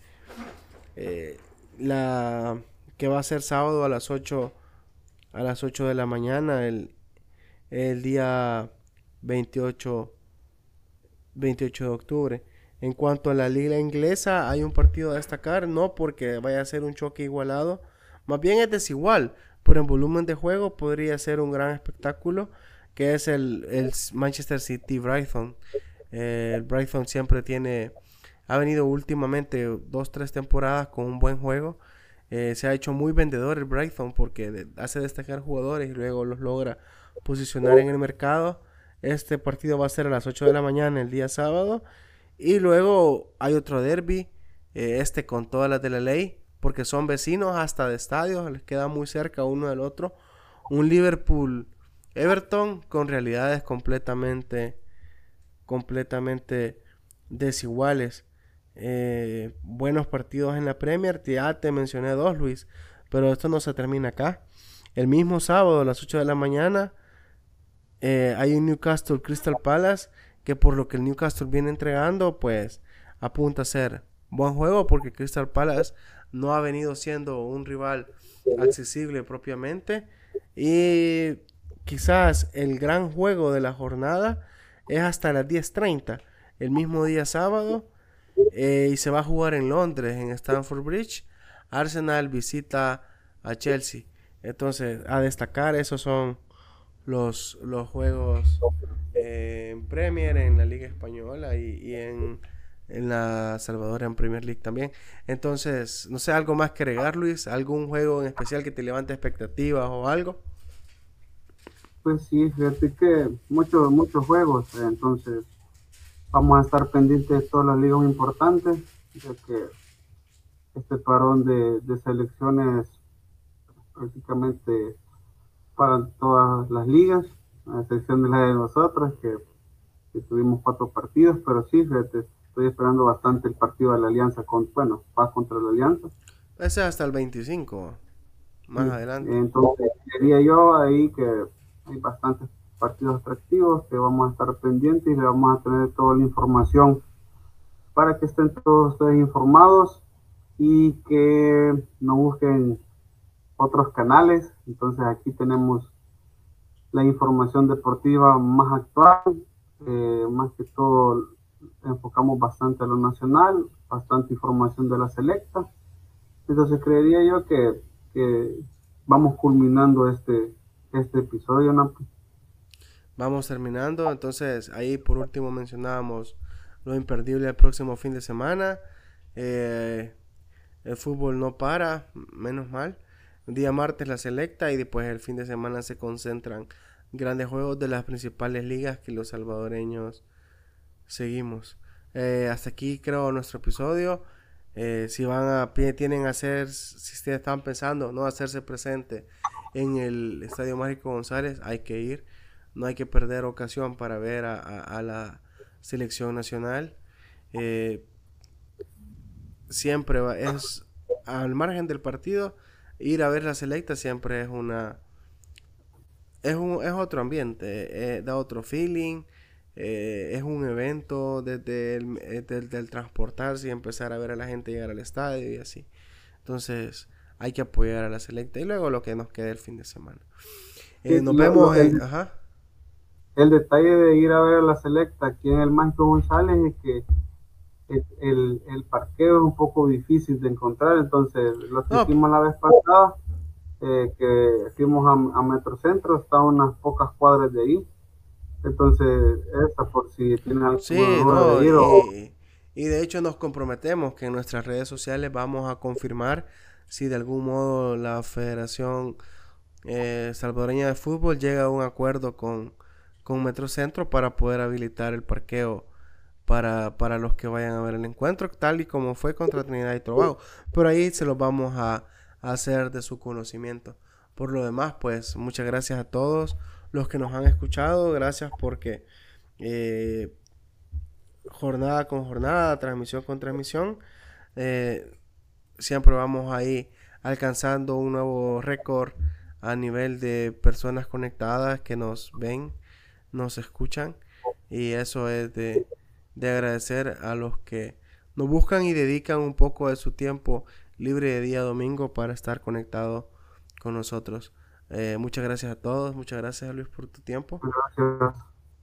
la que va a ser sábado a las 8 de la mañana, el día 28 de octubre. En cuanto a la liga inglesa, hay un partido a destacar, no porque vaya a ser un choque igualado, más bien es desigual, pero en volumen de juego podría ser un gran espectáculo, que es el Manchester City Brighton. El Brighton siempre ha venido últimamente 2-3 temporadas con un buen juego. Se ha hecho muy vendedor el Brighton porque hace destacar jugadores y luego los logra posicionar en el mercado. Este partido va a ser a las 8 de la mañana el día sábado. Y luego hay otro derby, con todas las de la ley, porque son vecinos hasta de estadios, les queda muy cerca uno del otro. Un Liverpool-Everton con realidades completamente desiguales. Buenos partidos en la Premier, ya te mencioné dos, Luis, pero esto no se termina acá. El mismo sábado a las 8 de la mañana hay un Newcastle Crystal Palace, que por lo que el Newcastle viene entregando, pues apunta a ser buen juego, porque Crystal Palace no ha venido siendo un rival accesible propiamente. Y quizás el gran juego de la jornada es hasta las 10:30 el mismo día sábado, y se va a jugar en Londres, en Stamford Bridge. Arsenal visita a Chelsea. Entonces, a destacar, esos son los juegos en Premier, en la Liga Española y en la Salvadoran Premier League también. Entonces, no sé, algo más que agregar, Luis, algún juego en especial que te levante expectativas o algo. Pues sí, fíjate que muchos juegos, entonces vamos a estar pendientes de todas las ligas importantes, ya que este parón de selecciones prácticamente para todas las ligas, a excepción de la de nosotros, que tuvimos 4 partidos, pero sí, fíjate, estoy esperando bastante el partido de la Alianza, Paz contra la Alianza. Ese es hasta el 25, más Sí, adelante. entonces, diría yo ahí que hay bastantes partidos atractivos que vamos a estar pendientes y le vamos a tener toda la información para que estén todos ustedes informados y que no busquen otros canales. Entonces aquí tenemos la información deportiva más actual, más que todo enfocamos bastante a lo nacional, bastante información de la selecta. Entonces creería yo que vamos culminando este episodio, ¿no? Vamos terminando. Entonces, ahí por último mencionábamos lo imperdible el próximo fin de semana. El fútbol no para, menos mal. El día martes la selecta y después el fin de semana se concentran grandes juegos de las principales ligas que los salvadoreños seguimos. Hasta aquí creo nuestro episodio. Si tienen si ustedes están pensando no hacerse presente en el Estadio Mágico González, hay que ir. No hay que perder ocasión para ver a la selección nacional. Siempre es al margen del partido, ir a ver la selecta siempre es otro ambiente, da otro feeling. Es un evento desde el transportarse y empezar a ver a la gente llegar al estadio y así. Entonces hay que apoyar a la selecta y luego lo que nos quede el fin de semana. Nos vemos ajá. El detalle de ir a ver a la selecta aquí en el Mágico González es que el parqueo es un poco difícil de encontrar. Entonces lo que hicimos la vez pasada, que fuimos a Metrocentro, está a unas pocas cuadras de ahí. Entonces esa por si tienen algo de ir y de hecho nos comprometemos que en nuestras redes sociales vamos a confirmar si de algún modo la Federación Salvadoreña de Fútbol llega a un acuerdo con Metrocentro para poder habilitar el parqueo para los que vayan a ver el encuentro, tal y como fue contra Trinidad y Tobago. Pero ahí se los vamos a hacer de su conocimiento. Por lo demás, pues muchas gracias a todos los que nos han escuchado. Gracias porque jornada con jornada, transmisión con transmisión, siempre vamos ahí alcanzando un nuevo récord a nivel de personas conectadas que nos ven, nos escuchan, y eso es de agradecer a los que nos buscan y dedican un poco de su tiempo libre de día domingo para estar conectado con nosotros. Muchas gracias a todos, muchas gracias Luis por tu tiempo. Gracias.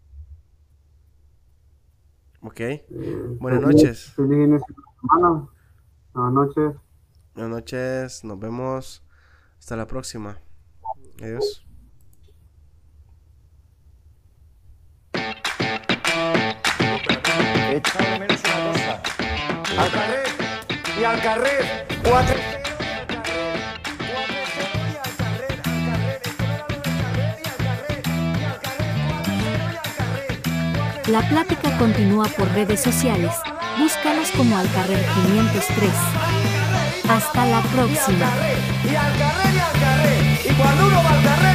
Ok, buenas noches. Feliz inicio de semana. Buenas noches. Buenas noches, nos vemos hasta la próxima. Adiós. Echado de menos una cosa. Al carrer y al carrer. 4. La plática continúa por redes sociales. Búscanos como Alcarrer 503. Hasta la próxima. Y al carrer, y cuando uno va al carrer.